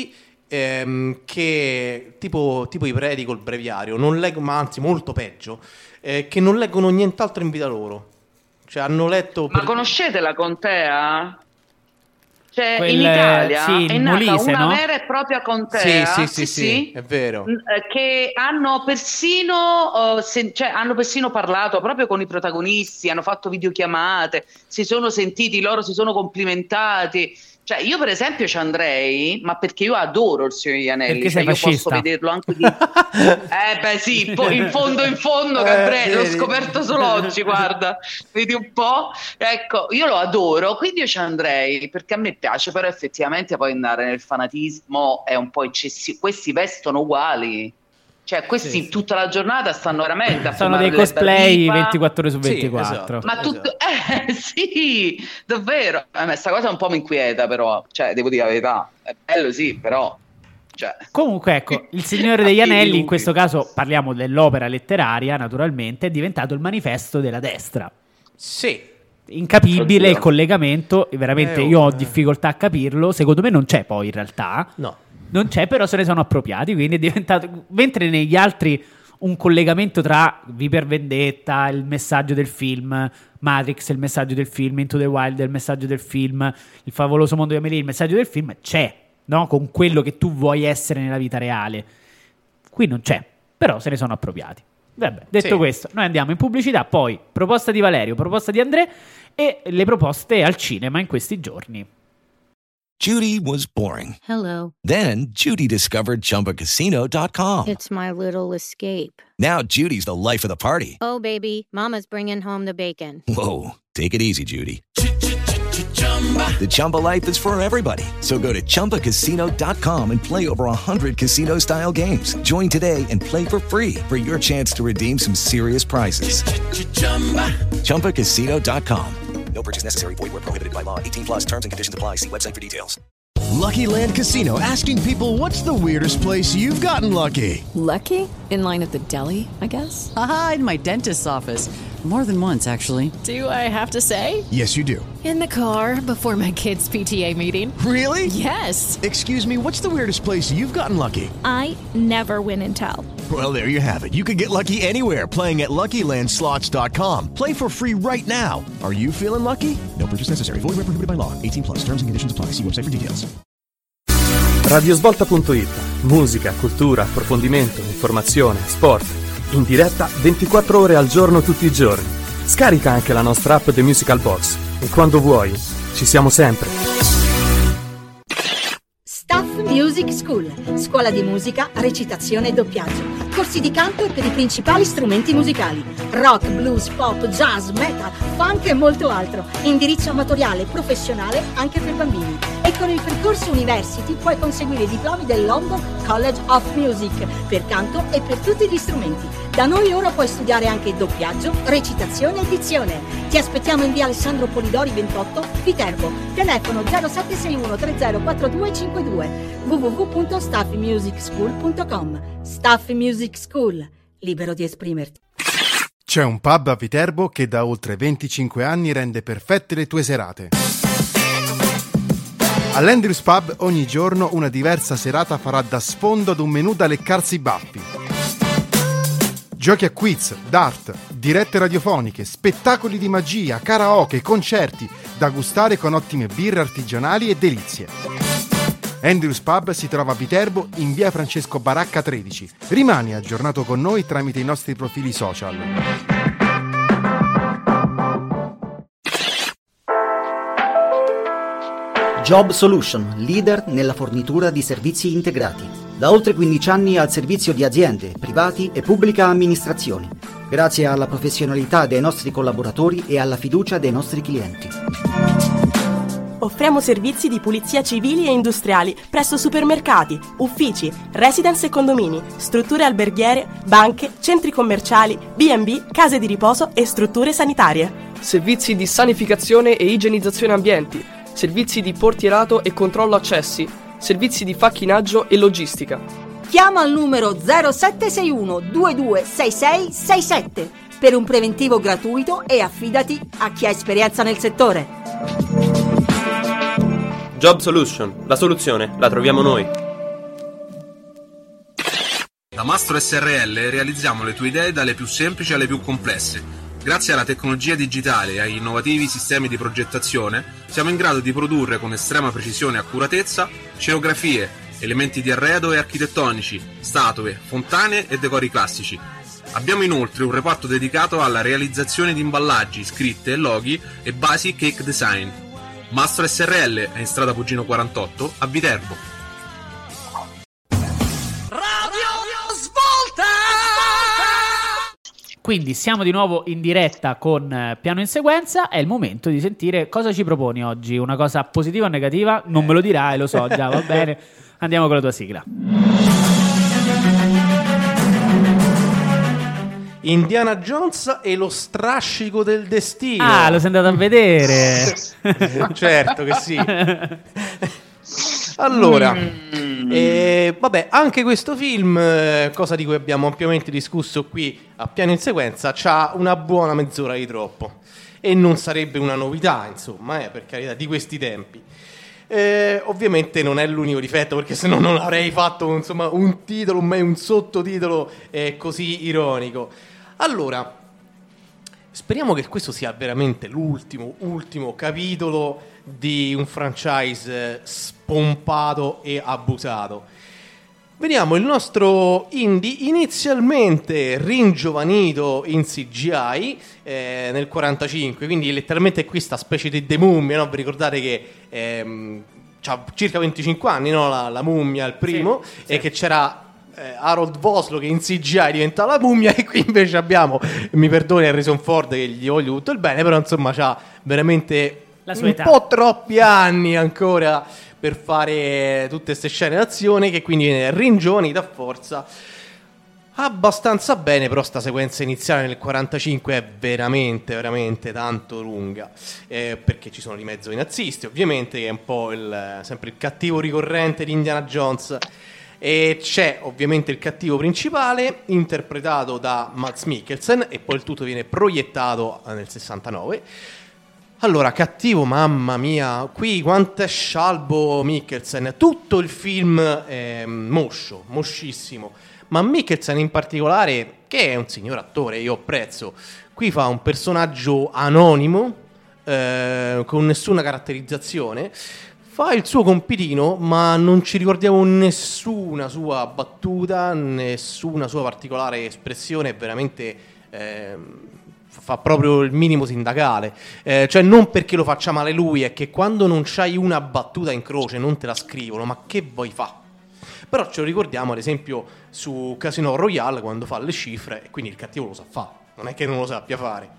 che tipo i preti col breviario non leggono, ma anzi molto peggio, che non leggono nient'altro in vita loro. Cioè hanno letto... Ma conoscete la contea? Cioè, in Quel, Italia sì, è nata Molise, una no? vera e propria contea, sì, è vero. che hanno persino, hanno persino parlato proprio con i protagonisti, hanno fatto videochiamate, si sono sentiti, loro si sono complimentati. Cioè, io per esempio ci andrei, ma perché io adoro il Signore degli Anelli, Perché cioè sei io fascista. posso vederlo anche di... beh sì, in fondo che avrei, l'ho scoperto solo oggi, guarda, vedi un po', ecco, io lo adoro, quindi io ci andrei, perché a me piace, però effettivamente poi andare nel fanatismo è un po' eccessivo, questi vestono uguali. Cioè, questi tutta la giornata stanno veramente a Sono dei fumare cosplay l'erba viva. 24 su 24. Sì, esatto. Ma tutto, sì, davvero. Questa cosa un po' mi inquieta, però, cioè, devo dire la verità. È bello, sì, però. Cioè. Comunque, ecco, Il Signore degli Anelli, in questo caso parliamo dell'opera letteraria, naturalmente, è diventato il manifesto della destra. Sì. Incapibile Oddio. il collegamento, veramente io ho difficoltà a capirlo. Secondo me non c'è poi in realtà. No. Non c'è, però se ne sono appropriati, quindi è diventato, mentre negli altri un collegamento tra V per Vendetta, il messaggio del film, Matrix, il messaggio del film, Into the Wild, il messaggio del film, Il favoloso mondo di Amelie, il messaggio del film, c'è, no? Con quello che tu vuoi essere nella vita reale. Qui non c'è, però se ne sono appropriati. Vabbè, detto questo, noi andiamo in pubblicità, poi proposta di Valerio, proposta di André e le proposte al cinema in questi giorni. Judy was boring. Hello. Then Judy discovered ChumbaCasino.com. It's my little escape. Now Judy's the life of the party. Oh, baby, mama's bringing home the bacon. Whoa, take it easy, Judy. The Chumba life is for everybody. So go to ChumbaCasino.com and play over 100 casino-style games. Join today and play for free for your chance to redeem some serious prizes. ChumbaCasino.com. No purchase necessary. Void where prohibited by law. 18 plus terms and conditions apply. See website for details. Lucky Land Casino, asking people, what's the weirdest place you've gotten lucky? Lucky? In line at the deli, I guess? Aha, in my dentist's office. More than once, actually. Do I have to say? Yes, you do. In the car before my kids' PTA meeting. Really? Yes. Excuse me, what's the weirdest place you've gotten lucky? I never win and tell. Well, there you have it. You can get lucky anywhere, playing at LuckyLandSlots.com. Play for free right now. Are you feeling lucky? No purchase necessary. Void where prohibited by law. 18 plus. Terms and conditions apply. See website for details. Radiosvolta.it. Musica, cultura, approfondimento, informazione, sport. In diretta 24 ore al giorno tutti i giorni. Scarica anche la nostra app The Musical Box e quando vuoi ci siamo sempre. Staff Music School, scuola di musica, recitazione e doppiaggio. Corsi di canto per i principali strumenti musicali: rock, blues, pop, jazz, metal, funk e molto altro. Indirizzo amatoriale e professionale anche per bambini. E con il percorso University puoi conseguire i diplomi del London College of Music per canto e per tutti gli strumenti. Da noi ora puoi studiare anche doppiaggio, recitazione e dizione. Ti aspettiamo in via Alessandro Polidori 28, Viterbo. Telefono 0761 304252. www.staffmusicschool.com. Staff Music School, libero di esprimerti. C'è un pub a Viterbo che da oltre 25 anni rende perfette le tue serate. All'Andrews Pub ogni giorno una diversa serata farà da sfondo ad un menù da leccarsi i baffi. Giochi a quiz, dart, dirette radiofoniche, spettacoli di magia, karaoke, concerti, da gustare con ottime birre artigianali e delizie. Andrews Pub si trova a Viterbo in via Francesco Baracca 13. Rimani aggiornato con noi tramite i nostri profili social. Job Solution, leader nella fornitura di servizi integrati. Da oltre 15 anni al servizio di aziende, privati e pubblica amministrazione, grazie alla professionalità dei nostri collaboratori e alla fiducia dei nostri clienti. Offriamo servizi di pulizia civili e industriali presso supermercati, uffici, residence e condomini, strutture alberghiere, banche, centri commerciali, B&B, case di riposo e strutture sanitarie. Servizi di sanificazione e igienizzazione ambienti, servizi di portierato e controllo accessi, servizi di facchinaggio e logistica. Chiama al numero 0761 226667 per un preventivo gratuito e affidati a chi ha esperienza nel settore. Job Solution, la soluzione la troviamo noi. Mastro SRL realizziamo le tue idee dalle più semplici alle più complesse. Grazie alla tecnologia digitale e agli innovativi sistemi di progettazione siamo in grado di produrre con estrema precisione e accuratezza scenografie, elementi di arredo e architettonici, statue, fontane e decori classici. Abbiamo inoltre un reparto dedicato alla realizzazione di imballaggi, scritte, loghi e basi cake design. Mastro SRL è in strada Pugino 48 a Viterbo. Quindi siamo di nuovo in diretta con Piano in Sequenza. È il momento di sentire cosa ci proponi oggi. Una cosa positiva o negativa? Non me lo dirai, lo so già, va bene. Andiamo con la tua sigla. Indiana Jones e lo strascico del destino. Ah, lo sei andato a vedere. Certo che sì. Allora, vabbè, anche questo film, cosa di cui abbiamo ampiamente discusso qui a Piano in Sequenza, c'ha una buona mezz'ora di troppo. E non sarebbe una novità, insomma, per carità, di questi tempi. Ovviamente non è l'unico difetto, perché sennò non avrei fatto, insomma, un titolo, un sottotitolo così ironico. Allora, speriamo che questo sia veramente ultimo capitolo di un franchise spompato e abusato. Vediamo il nostro indie inizialmente ringiovanito in CGI nel 45, quindi letteralmente qui sta specie di The Mummy, no? Vi ricordate che c'ha circa 25 anni, no? La mummia, il primo, sì. E che c'era Harold Vosloo che in CGI diventa la mummia, e qui invece abbiamo, mi perdoni Harrison Ford, che gli voglio tutto il bene, però insomma c'ha veramente un po' troppi anni ancora per fare tutte queste scene d'azione, che quindi viene ringiovanita a forza abbastanza bene. Però sta sequenza iniziale nel 45 è veramente tanto lunga, perché ci sono di mezzo i nazisti, ovviamente, che è un po' sempre il cattivo ricorrente di Indiana Jones. E c'è ovviamente il cattivo principale interpretato da Mads Mikkelsen, e poi il tutto viene proiettato nel 69. Allora, cattivo, mamma mia, qui quanto è scialbo Mikkelsen. Tutto il film è moscissimo, ma Mikkelsen in particolare, che è un signor attore, io apprezzo, qui fa un personaggio anonimo, con nessuna caratterizzazione. Fa il suo compitino, ma non ci ricordiamo nessuna sua battuta, nessuna sua particolare espressione. Veramente fa proprio il minimo sindacale. Cioè, non perché lo faccia male lui, è che quando non c'hai una battuta in croce non te la scrivono, ma che vuoi fa? Però ce lo ricordiamo ad esempio su Casino Royale, quando fa le cifre, e quindi il cattivo lo sa fare, non è che non lo sappia fare.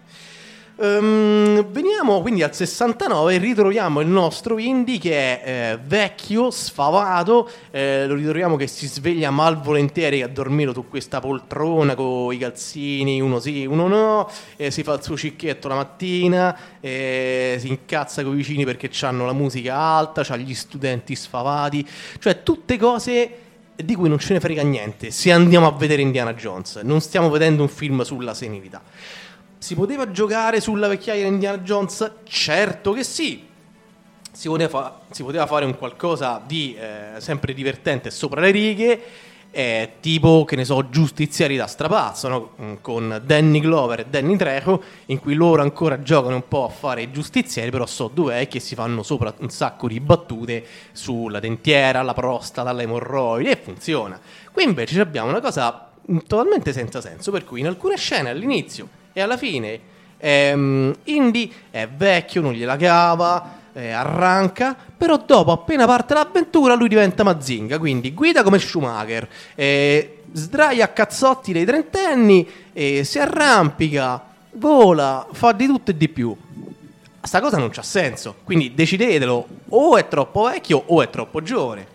Veniamo quindi al 69 e ritroviamo il nostro indie che è vecchio, sfavato, lo ritroviamo che si sveglia malvolentieri a dormire su questa poltrona con i calzini, uno sì, uno no, si fa il suo cicchetto la mattina, si incazza con i vicini perché c'hanno la musica alta, c'ha gli studenti sfavati, cioè tutte cose di cui non ce ne frega niente se andiamo a vedere Indiana Jones. Non stiamo vedendo un film sulla senilità. Si poteva giocare sulla vecchiaia di Indiana Jones? Certo che sì. Si poteva fare un qualcosa di sempre divertente sopra le righe, tipo, che ne so, Giustizieri da strapazzo, no? Con Danny Glover e Danny Trejo, in cui loro ancora giocano un po' a fare i giustizieri, però so dov'è che si fanno sopra un sacco di battute sulla dentiera, la prostata, le emorroidi, e funziona. Qui invece abbiamo una cosa totalmente senza senso, per cui in alcune scene all'inizio e alla fine Indy è vecchio, non gliela cava, arranca, però dopo, appena parte l'avventura, lui diventa Mazinga, quindi guida come Schumacher, sdraia a cazzotti dei trentenni, si arrampica, vola, fa di tutto e di più. Sta cosa non c'ha senso, quindi decidetelo, o è troppo vecchio o è troppo giovane.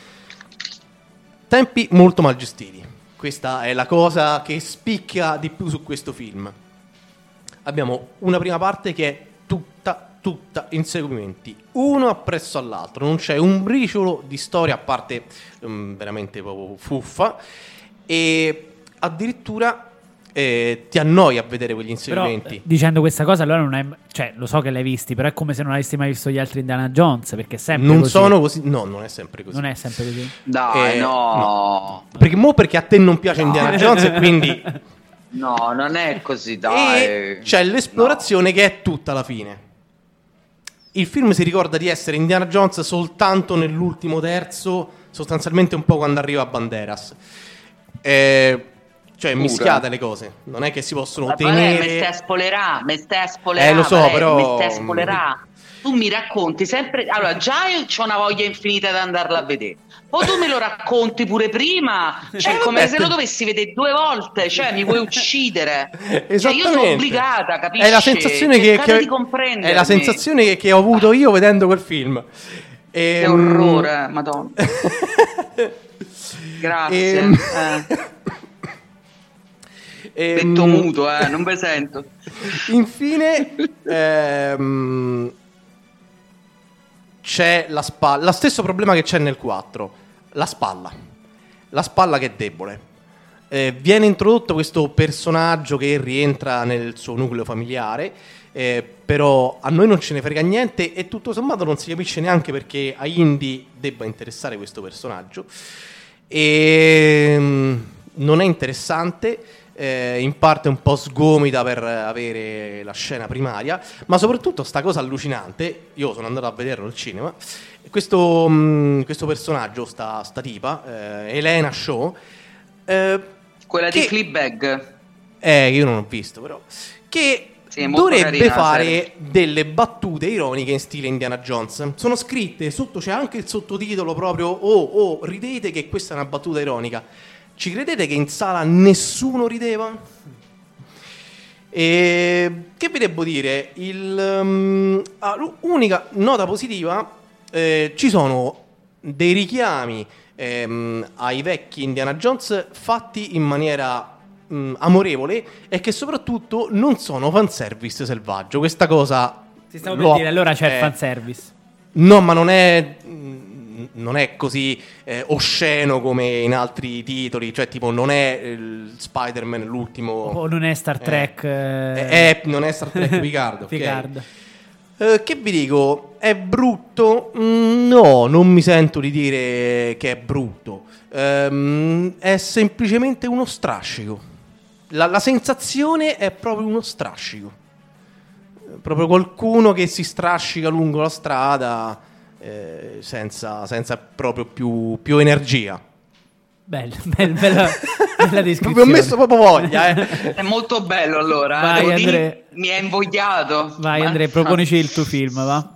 Tempi molto mal gestiti, questa è la cosa che spicca di più su questo film. Abbiamo una prima parte che è tutta inseguimenti, uno appresso all'altro, non c'è un briciolo di storia, a parte veramente proprio fuffa, e addirittura ti annoi a vedere quegli inserimenti. Però, dicendo questa cosa, allora non è, cioè, lo so che l'hai visti, però è come se non avessi mai visto gli altri Indiana Jones, perché è sempre non così. sono così. No, non è sempre così. Non è sempre così. Dai, no. Perché a te non piace Indiana Jones e quindi no, non è così, dai. E c'è l'esplorazione che è tutta la fine. Il film si ricorda di essere Indiana Jones soltanto nell'ultimo terzo, sostanzialmente un po' quando arriva a Banderas. Cioè mischiate le cose, non è che si possono tenere. Me stai a spoilerare. Lo so, però me stai a spoilerare. Tu mi racconti sempre. Allora, già io ho una voglia infinita di andarla a vedere. Poi tu me lo racconti pure prima. Cioè, come se lo dovessi vedere 2 volte. Cioè, mi vuoi uccidere. Cioè, io sono obbligata, capisci? È la sensazione è la sensazione che ho avuto io vedendo quel film. Che orrore, madonna. Grazie. Detto muto, non vi sento. Infine c'è la spalla, lo stesso problema che c'è nel 4, la spalla che è debole. Viene introdotto questo personaggio che rientra nel suo nucleo familiare, però a noi non ce ne frega niente e tutto sommato non si capisce neanche perché a Indy debba interessare questo personaggio, e non è interessante. In parte un po' sgomita per avere la scena primaria, ma soprattutto sta cosa allucinante, io sono andato a vederlo al cinema, questo personaggio, sta tipa, Elena Shaw, quella di Fleabag, io non ho visto però, che dovrebbe carina, fare delle battute ironiche in stile Indiana Jones. Sono scritte, sotto c'è anche il sottotitolo proprio, ridete che questa è una battuta ironica. Ci credete che in sala nessuno rideva? E che vi devo dire? L'unica nota positiva, ci sono dei richiami ai vecchi Indiana Jones fatti in maniera amorevole e che soprattutto non sono fanservice selvaggio. Questa cosa ti stavo per dire, allora c'è fanservice. No, ma non è così osceno come in altri titoli, cioè tipo non è Spider-Man l'ultimo, o non è Star Trek, non è Star Trek Picard. Picard. Che vi dico, è brutto? No, non mi sento di dire che è brutto, è semplicemente uno strascico. La sensazione è proprio uno strascico, proprio qualcuno che si strascica lungo la strada, senza proprio più energia. Bella descrizione. Vi ho messo proprio voglia. È molto bello, allora. Vai, Andre. Mi ha invogliato. Vai, Andrea, proponici il tuo film, va.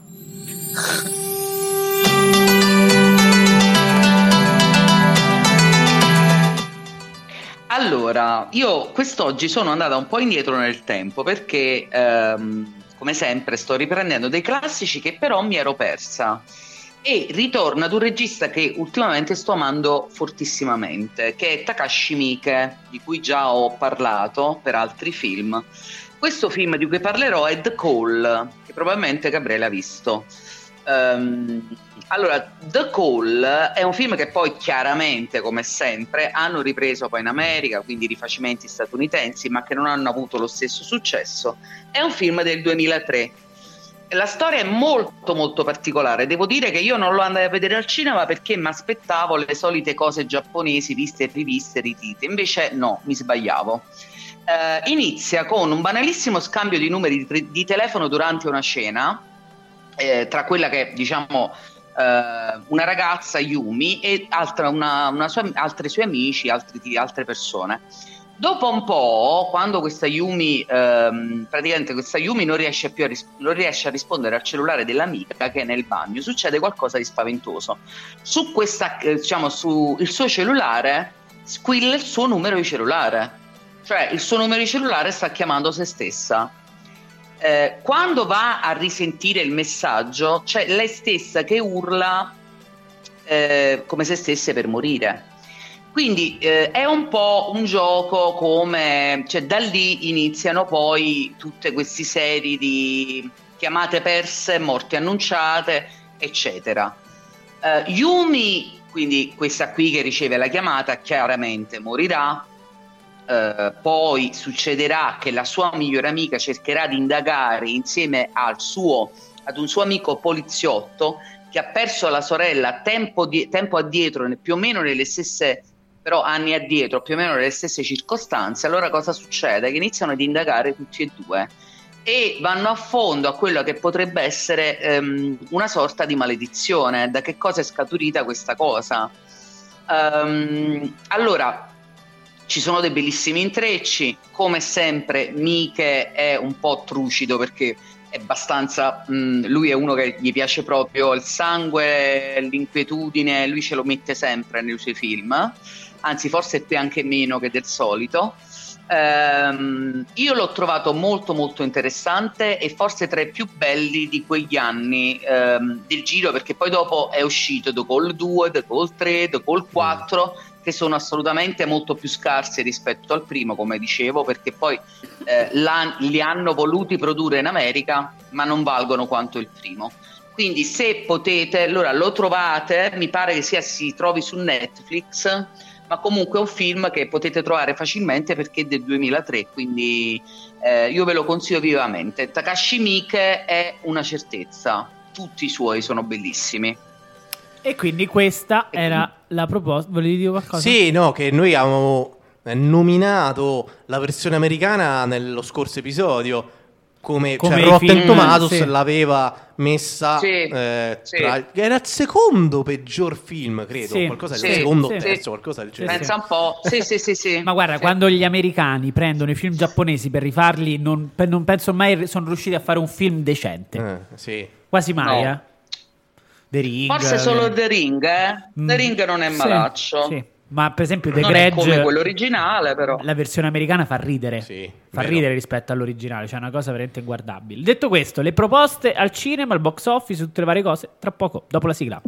Allora, io quest'oggi sono andata un po' indietro nel tempo perché come sempre sto riprendendo dei classici che però mi ero persa, e ritorno ad un regista che ultimamente sto amando fortissimamente, che è Takashi Miike, di cui già ho parlato per altri film. Questo film di cui parlerò è The Call, che probabilmente Gabriele ha visto. Allora, The Call è un film che poi chiaramente, come sempre, hanno ripreso poi in America, quindi rifacimenti statunitensi, ma che non hanno avuto lo stesso successo. È un film del 2003. La storia è molto molto particolare. Devo dire che io non lo andai a vedere al cinema perché mi aspettavo le solite cose giapponesi viste e riviste, ritite. Invece no, mi sbagliavo. Inizia con un banalissimo scambio di numeri di telefono durante una cena, tra quella che è, diciamo, una ragazza, Yumi, e altri suoi amici, altre persone. Dopo un po', quando questa Yumi praticamente questa Yumi non riesce a rispondere al cellulare dell'amica che è nel bagno, succede qualcosa di spaventoso. Su questa, diciamo, su il suo cellulare squilla il suo numero di cellulare, cioè il suo numero di cellulare sta chiamando se stessa. Quando va a risentire il messaggio, c'è lei stessa che urla come se stesse per morire. Quindi è un po' un gioco, come, cioè, da lì iniziano poi tutte queste serie di chiamate perse, morti annunciate, eccetera. Yumi, quindi questa qui che riceve la chiamata, chiaramente morirà. poi succederà che la sua migliore amica cercherà di indagare insieme ad un suo amico poliziotto che ha perso la sorella tempo addietro, più o meno nelle stesse, però anni addietro, più o meno nelle stesse circostanze. Allora cosa succede? Che iniziano ad indagare tutti e due e vanno a fondo a quello che potrebbe essere una sorta di maledizione. Da che cosa è scaturita questa cosa? Allora, ci sono dei bellissimi intrecci, come sempre Mike è un po' trucido perché è abbastanza, lui è uno che gli piace proprio il sangue, l'inquietudine, lui ce lo mette sempre nei suoi film, anzi forse qui anche meno che del solito. Io l'ho trovato molto molto interessante e forse tra i più belli di quegli anni del giro, perché poi dopo è uscito The Call 2, The Call 3, The Call 4, che sono assolutamente molto più scarsi rispetto al primo, come dicevo, perché poi li hanno voluti produrre in America ma non valgono quanto il primo. Quindi se potete, allora lo trovate, mi pare che si trovi su Netflix, ma comunque è un film che potete trovare facilmente perché è del 2003, quindi io ve lo consiglio vivamente. Takashi Miike è una certezza, tutti i suoi sono bellissimi. E quindi questa era la proposta. Volevi dire qualcosa? Sì, no, che noi avevamo nominato la versione americana nello scorso episodio come cioè, Rotten Tomatoes l'aveva messa tra, era il secondo peggior film, credo, qualcosa del secondo o terzo, qualcosa del genere. Pensa un po', sì. Ma guarda, quando gli americani prendono i film giapponesi per rifarli, non penso mai sono riusciti a fare un film decente. Quasi mai, no. The Ring, forse solo The Ring, The Ring non è malaccio. Sì. Ma per esempio The non Grudge, è come quello originale, però la versione americana fa ridere, ridere rispetto all'originale, cioè è una cosa veramente inguardabile. Detto questo, le proposte al cinema, al box office, tutte le varie cose, tra poco, dopo la sigla.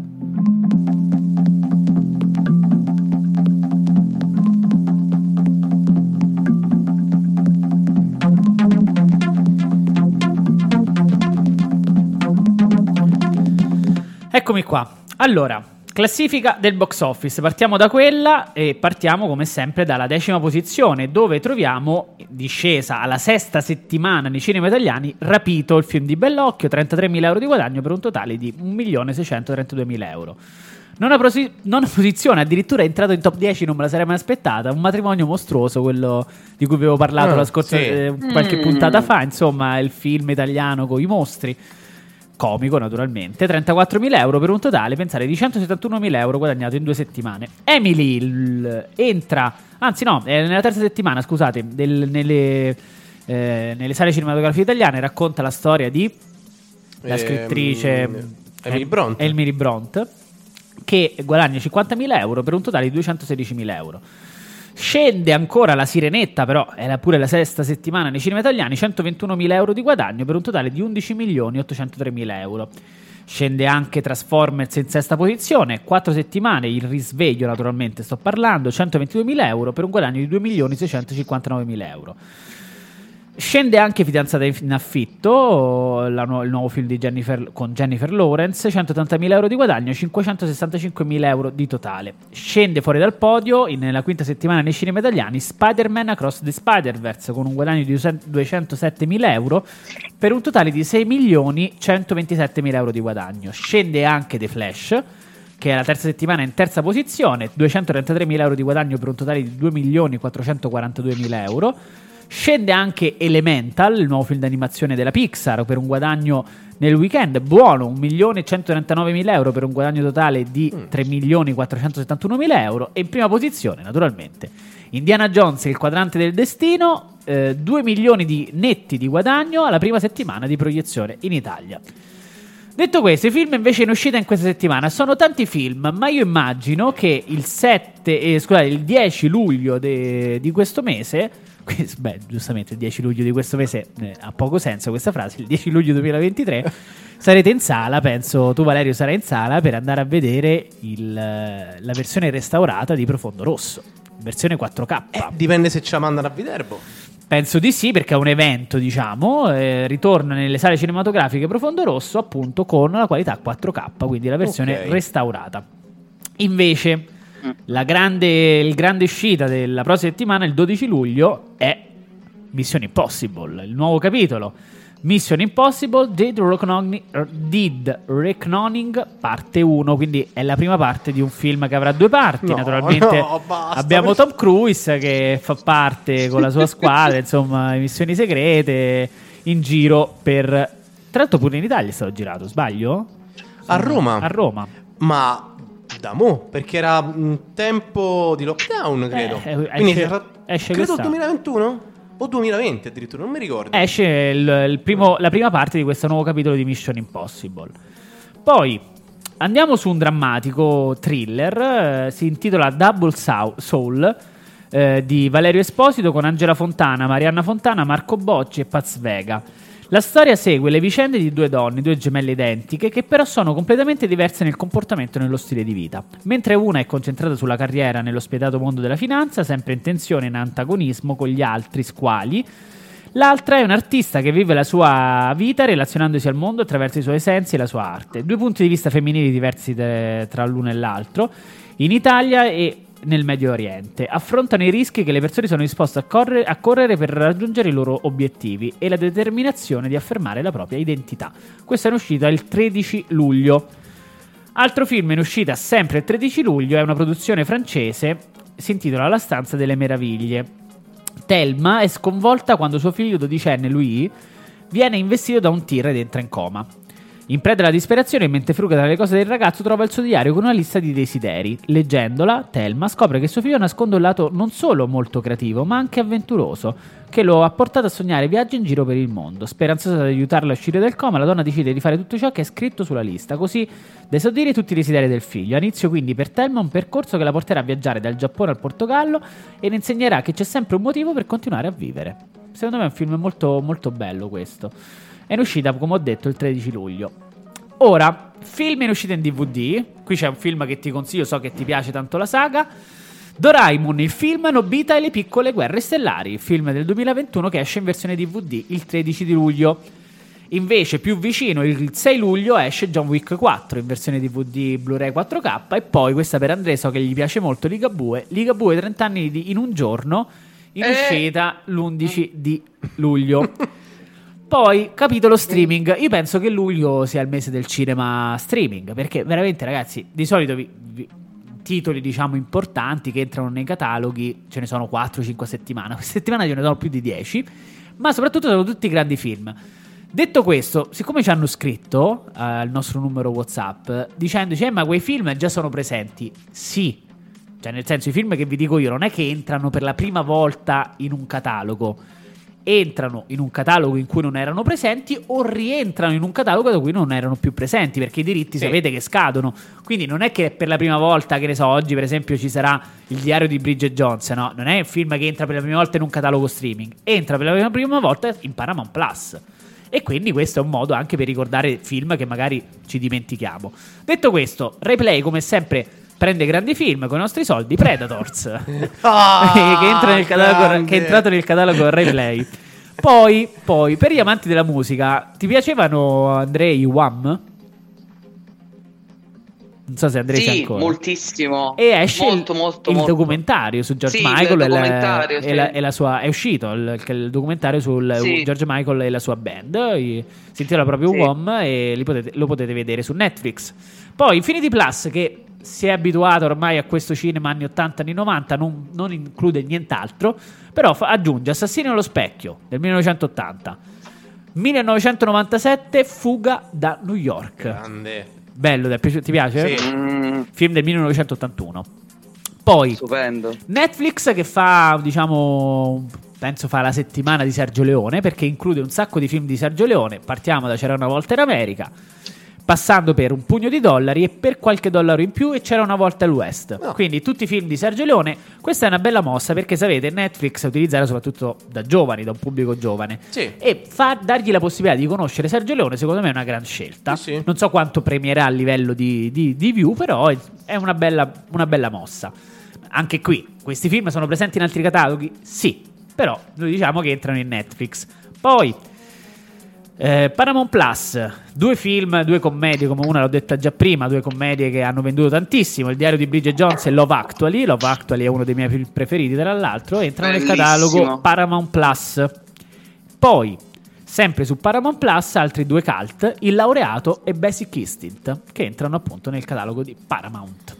Eccomi qua. Allora, classifica del box office, partiamo da quella e partiamo come sempre dalla 10ª posizione, dove troviamo, discesa alla 6ª settimana nei cinema italiani, Rapito, il film di Bellocchio, 33.000 euro di guadagno per un totale di 1.632.000 euro. Nona posizione, addirittura è entrato in top 10, non me la sarei mai aspettata, Un matrimonio mostruoso, quello di cui avevo parlato la scorsa qualche puntata fa, insomma il film italiano con i mostri. Comico naturalmente, 34.000 euro per un totale, pensare, di 171.000 euro guadagnato in 2 settimane. Emily entra, anzi no, nella terza settimana, scusate, nelle sale cinematografiche italiane, racconta la storia di la scrittrice Emily Bront, che guadagna 50.000 euro per un totale di 216.000 euro. Scende ancora La Sirenetta, però era pure la 6ª settimana nei cinema italiani, 121.000 euro di guadagno per un totale di 11.803.000 euro. Scende anche Transformers in 6ª posizione, 4 settimane, Il risveglio naturalmente sto parlando, 122.000 euro per un guadagno di 2.659.000 euro. Scende anche Fidanzata in affitto, il nuovo film di con Jennifer Lawrence, 180.000 euro di guadagno, 565.000 euro di totale. Scende fuori dal podio, nella 5ª settimana nei cinema italiani, Spider-Man Across the Spider-Verse, con un guadagno di 207.000 euro per un totale di 6.127.000 euro di guadagno. Scende anche The Flash, che è la terza settimana in terza posizione, 233.000 euro di guadagno per un totale di 2.442.000 euro. Scende anche Elemental, il nuovo film d'animazione della Pixar, per un guadagno nel weekend buono, 1.139.000 euro per un guadagno totale di 3.471.000 euro. E in prima posizione, naturalmente, Indiana Jones e il quadrante del destino, 2 milioni di netti di guadagno alla prima settimana di proiezione in Italia. Detto questo, i film invece in uscita in questa settimana sono tanti film, ma io immagino che il 10 luglio di questo mese, giustamente il 10 luglio di questo mese ha poco senso questa frase, il 10 luglio 2023 sarete in sala, penso tu Valerio sarai in sala per andare a vedere la versione restaurata di Profondo Rosso, versione 4K. Dipende se ce la mandano a Viterbo. Penso di sì, perché è un evento, diciamo, ritorna nelle sale cinematografiche Profondo Rosso appunto con la qualità 4K, quindi la versione restaurata. Invece il grande uscita della prossima settimana, il 12 luglio, è Mission Impossible, il nuovo capitolo. Mission Impossible Dead Reckoning parte 1, quindi è la prima parte di un film che avrà 2 parti. Naturalmente basta, abbiamo Tom Cruise che fa parte con la sua squadra, insomma, missioni segrete in giro per... Tra l'altro pure in Italia è stato girato, sbaglio? A Roma. A Roma. Ma da mo', perché era un tempo di lockdown, credo. Quindi esce credo quest'anno. 2021 o 2020 addirittura, non mi ricordo. Esce la prima parte di questo nuovo capitolo di Mission Impossible. Poi andiamo su un drammatico thriller, si intitola Double Soul, di Valerio Esposito, con Angela Fontana, Marianna Fontana, Marco Bocci e Paz Vega. La storia segue le vicende di 2 donne, 2 gemelle identiche, che però sono completamente diverse nel comportamento e nello stile di vita. Mentre una è concentrata sulla carriera nello spietato mondo della finanza, sempre in tensione e in antagonismo con gli altri squali, l'altra è un artista che vive la sua vita relazionandosi al mondo attraverso i suoi sensi e la sua arte. 2 punti di vista femminili diversi tra l'uno e l'altro, in Italia e nel Medio Oriente. Affrontano i rischi che le persone sono disposte a correre per raggiungere i loro obiettivi e la determinazione di affermare la propria identità. Questa è in uscita il 13 luglio. Altro film in uscita sempre il 13 luglio è una produzione francese, si intitola La stanza delle meraviglie. Thelma è sconvolta quando suo figlio 12enne Louis viene investito da un tir ed entra in coma. In preda alla disperazione, mentre fruga dalle cose del ragazzo, trova il suo diario con una lista di desideri. Leggendola, Thelma scopre che suo figlio nasconde un lato non solo molto creativo, ma anche avventuroso, che lo ha portato a sognare viaggi in giro per il mondo. Speranzosa di aiutarlo a uscire dal coma, la donna decide di fare tutto ciò che è scritto sulla lista, così da esaudire tutti i desideri del figlio. Inizio quindi per Thelma un percorso che la porterà a viaggiare dal Giappone al Portogallo e le insegnerà che c'è sempre un motivo per continuare a vivere. Secondo me è un film molto, molto bello questo. È in uscita, come ho detto, il 13 luglio. Ora, film in uscita in DVD. Qui c'è un film che ti consiglio, so che ti piace tanto la saga. Doraemon, il film Nobita e le piccole guerre stellari, film del 2021 che esce in versione DVD il 13 di luglio. Invece, più vicino, il 6 luglio esce John Wick 4 in versione DVD Blu-ray 4K. E poi, questa per Andrea, so che gli piace molto, Ligabue 30 anni in un giorno, in uscita l'11 di luglio. Poi, capitolo streaming. Io penso che luglio sia il mese del cinema streaming, perché veramente, ragazzi, di solito titoli, diciamo, importanti che entrano nei cataloghi ce ne sono 4-5 a settimana. Questa settimana ce ne sono più di 10, ma soprattutto sono tutti grandi film. Detto questo, siccome ci hanno scritto al nostro numero WhatsApp dicendoci ma quei film già sono presenti. Sì, cioè nel senso, i film che vi dico io non è che entrano per la prima volta in un catalogo, entrano in un catalogo in cui non erano presenti o rientrano in un catalogo da cui non erano più presenti, perché i diritti sapete che scadono. Quindi non è che per la prima volta, che ne so, oggi per esempio ci sarà Il diario di Bridget Jones, no? Non è un film che entra per la prima volta in un catalogo streaming, entra per la prima volta in Paramount Plus. E quindi questo è un modo anche per ricordare film che magari ci dimentichiamo. Detto questo, Replay come sempre prende grandi film con i nostri soldi. Predators che è entrato nel catalogo Replay. Poi per gli amanti della musica, ti piacevano, Andrei, Wham? Non so se Andrei c'è ancora. Moltissimo. E esce molto, il documentario su George Michael e la sua, è uscito il documentario sul George Michael e la sua band. Si intitola proprio Wham e lo potete vedere su Netflix. Poi Infinity Plus, che si è abituato ormai a questo cinema anni 80, anni 90, non include nient'altro, però aggiunge Assassino nello specchio del 1980, 1997 Fuga da New York. Grande. Bello, ti piace? Sì. Film del 1981. Poi stupendo. Netflix che fa, diciamo, penso fa la settimana di Sergio Leone, perché include un sacco di film di Sergio Leone. Partiamo da C'era una volta in America, passando per Un pugno di dollari e Per qualche dollaro in più e C'era una volta all'West. Quindi tutti i film di Sergio Leone. Questa è una bella mossa, perché sapete, Netflix è utilizzata soprattutto da giovani, da un pubblico giovane, e dargli la possibilità di conoscere Sergio Leone secondo me è una gran scelta. Non so quanto premierà a livello di view, però è una bella mossa. Anche qui questi film sono presenti in altri cataloghi? Sì, però noi diciamo che entrano in Netflix. Poi Paramount Plus, 2 film, 2 commedie, come una l'ho detta già prima, 2 commedie che hanno venduto tantissimo, Il diario di Bridget Jones e Love Actually. Love Actually è uno dei miei film preferiti, tra l'altro, entrano nel catalogo Paramount Plus. Poi, sempre su Paramount Plus, altri 2 cult, Il laureato e Basic Instinct, che entrano appunto nel catalogo di Paramount.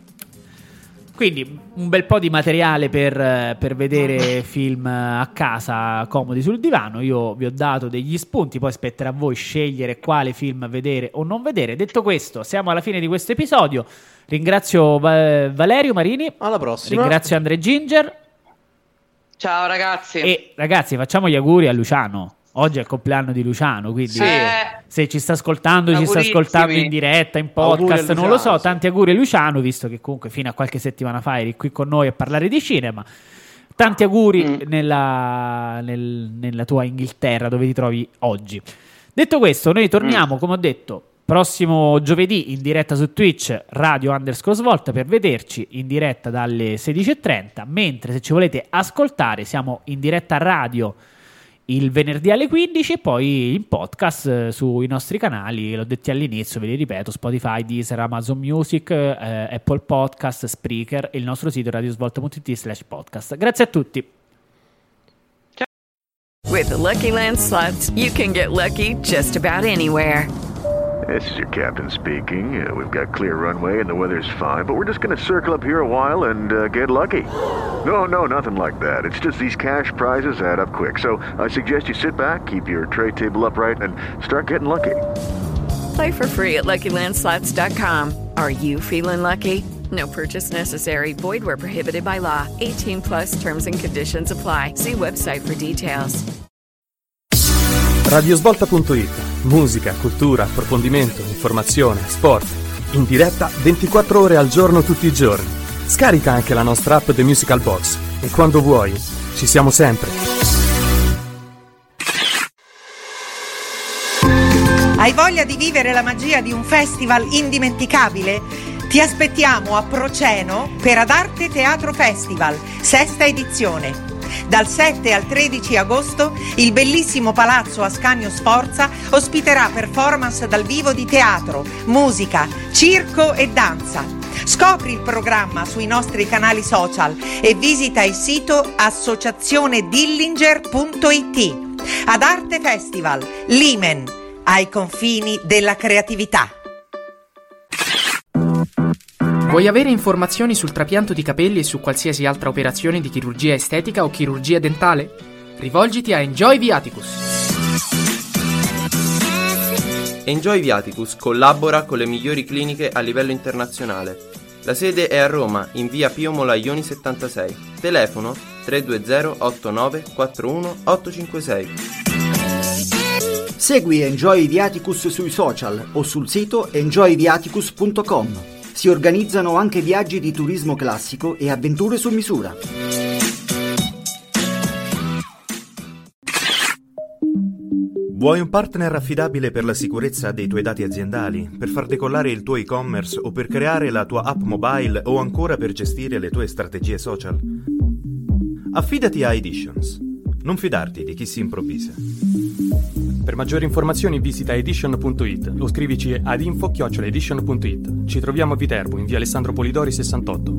Quindi un bel po' di materiale per vedere film a casa comodi sul divano. Io vi ho dato degli spunti, poi spetterà a voi scegliere quale film vedere o non vedere. Detto questo, siamo alla fine di questo episodio. Ringrazio Valerio Marini. Alla prossima. Ringrazio Andre Ginger. Ciao ragazzi. E ragazzi, facciamo gli auguri a Luciano. Oggi è il compleanno di Luciano, quindi se ci sta ascoltando, ci sta ascoltando in diretta, in podcast, non lo so, tanti auguri a Luciano, visto che comunque fino a qualche settimana fa eri qui con noi a parlare di cinema. Tanti auguri nella tua Inghilterra, dove ti trovi oggi. Detto questo, noi torniamo, come ho detto, prossimo giovedì in diretta su Twitch, radio_Svolta, per vederci in diretta dalle 16:30, mentre se ci volete ascoltare siamo in diretta radio il venerdì alle 15 e poi in podcast sui nostri canali, l'ho detto all'inizio, ve li ripeto, Spotify, Deezer, Amazon Music, Apple Podcast, Spreaker e il nostro sito radiosvolta.it/podcast. Grazie a tutti. Ciao. With the Lucky Land Slots, you can get lucky just about anywhere. This is your captain speaking. We've got clear runway and the weather's fine, but we're just going to circle up here a while and get lucky. No, nothing like that. It's just these cash prizes add up quick. So I suggest you sit back, keep your tray table upright, and start getting lucky. Play for free at LuckyLandSlots.com. Are you feeling lucky? No purchase necessary. Void where prohibited by law. 18 plus terms and conditions apply. See website for details. Radiosvolta.it. Musica, cultura, approfondimento, informazione, sport. In diretta 24 ore al giorno tutti i giorni. Scarica anche la nostra app The Musical Box e quando vuoi ci siamo sempre. Hai voglia di vivere la magia di un festival indimenticabile? Ti aspettiamo a Proceno per Ad Arte Teatro Festival, 6ª edizione. Dal 7 al 13 agosto il bellissimo Palazzo Ascanio Sforza ospiterà performance dal vivo di teatro, musica, circo e danza. Scopri il programma sui nostri canali social e visita il sito associazionedillinger.it. Ad Arte Festival, Limen, ai confini della creatività. Vuoi avere informazioni sul trapianto di capelli e su qualsiasi altra operazione di chirurgia estetica o chirurgia dentale? Rivolgiti a Enjoy Viaticus. Enjoy Viaticus collabora con le migliori cliniche a livello internazionale. La sede è a Roma, in via Pio Molaioni 76. Telefono 320 89 41 856. Segui Enjoy Viaticus sui social o sul sito enjoyviaticus.com. Si organizzano anche viaggi di turismo classico e avventure su misura. Vuoi un partner affidabile per la sicurezza dei tuoi dati aziendali, per far decollare il tuo e-commerce o per creare la tua app mobile o ancora per gestire le tue strategie social? Affidati a Editions. Non fidarti di chi si improvvisa. Per maggiori informazioni visita edition.it o scrivici ad info@edition.it. Ci troviamo a Viterbo, in via Alessandro Polidori 68.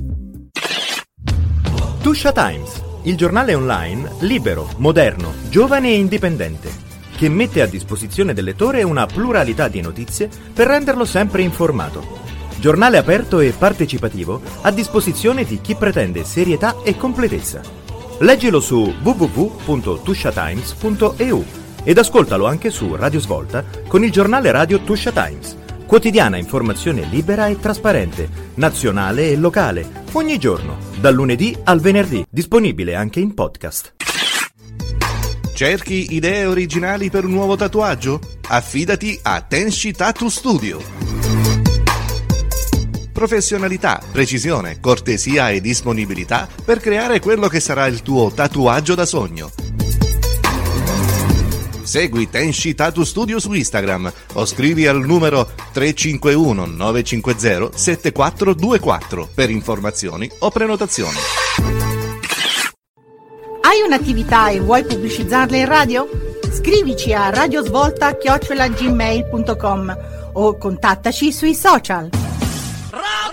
Tuscia Times, il giornale online libero, moderno, giovane e indipendente, che mette a disposizione del lettore una pluralità di notizie per renderlo sempre informato. Giornale aperto e partecipativo a disposizione di chi pretende serietà e completezza. Leggilo su www.tusciatimes.eu ed ascoltalo anche su Radio Svolta con il giornale radio Tuscia Times. Quotidiana informazione libera e trasparente, nazionale e locale, ogni giorno, dal lunedì al venerdì, disponibile anche in podcast. Cerchi idee originali per un nuovo tatuaggio? Affidati a Tenshi Tattoo Studio. Professionalità, precisione, cortesia e disponibilità per creare quello che sarà il tuo tatuaggio da sogno. Segui Tenshi Tattoo Studio su Instagram o scrivi al numero 351 950 7424 per informazioni o prenotazioni. Hai un'attività e vuoi pubblicizzarla in radio? Scrivici a radiosvolta@gmail.com o contattaci sui social.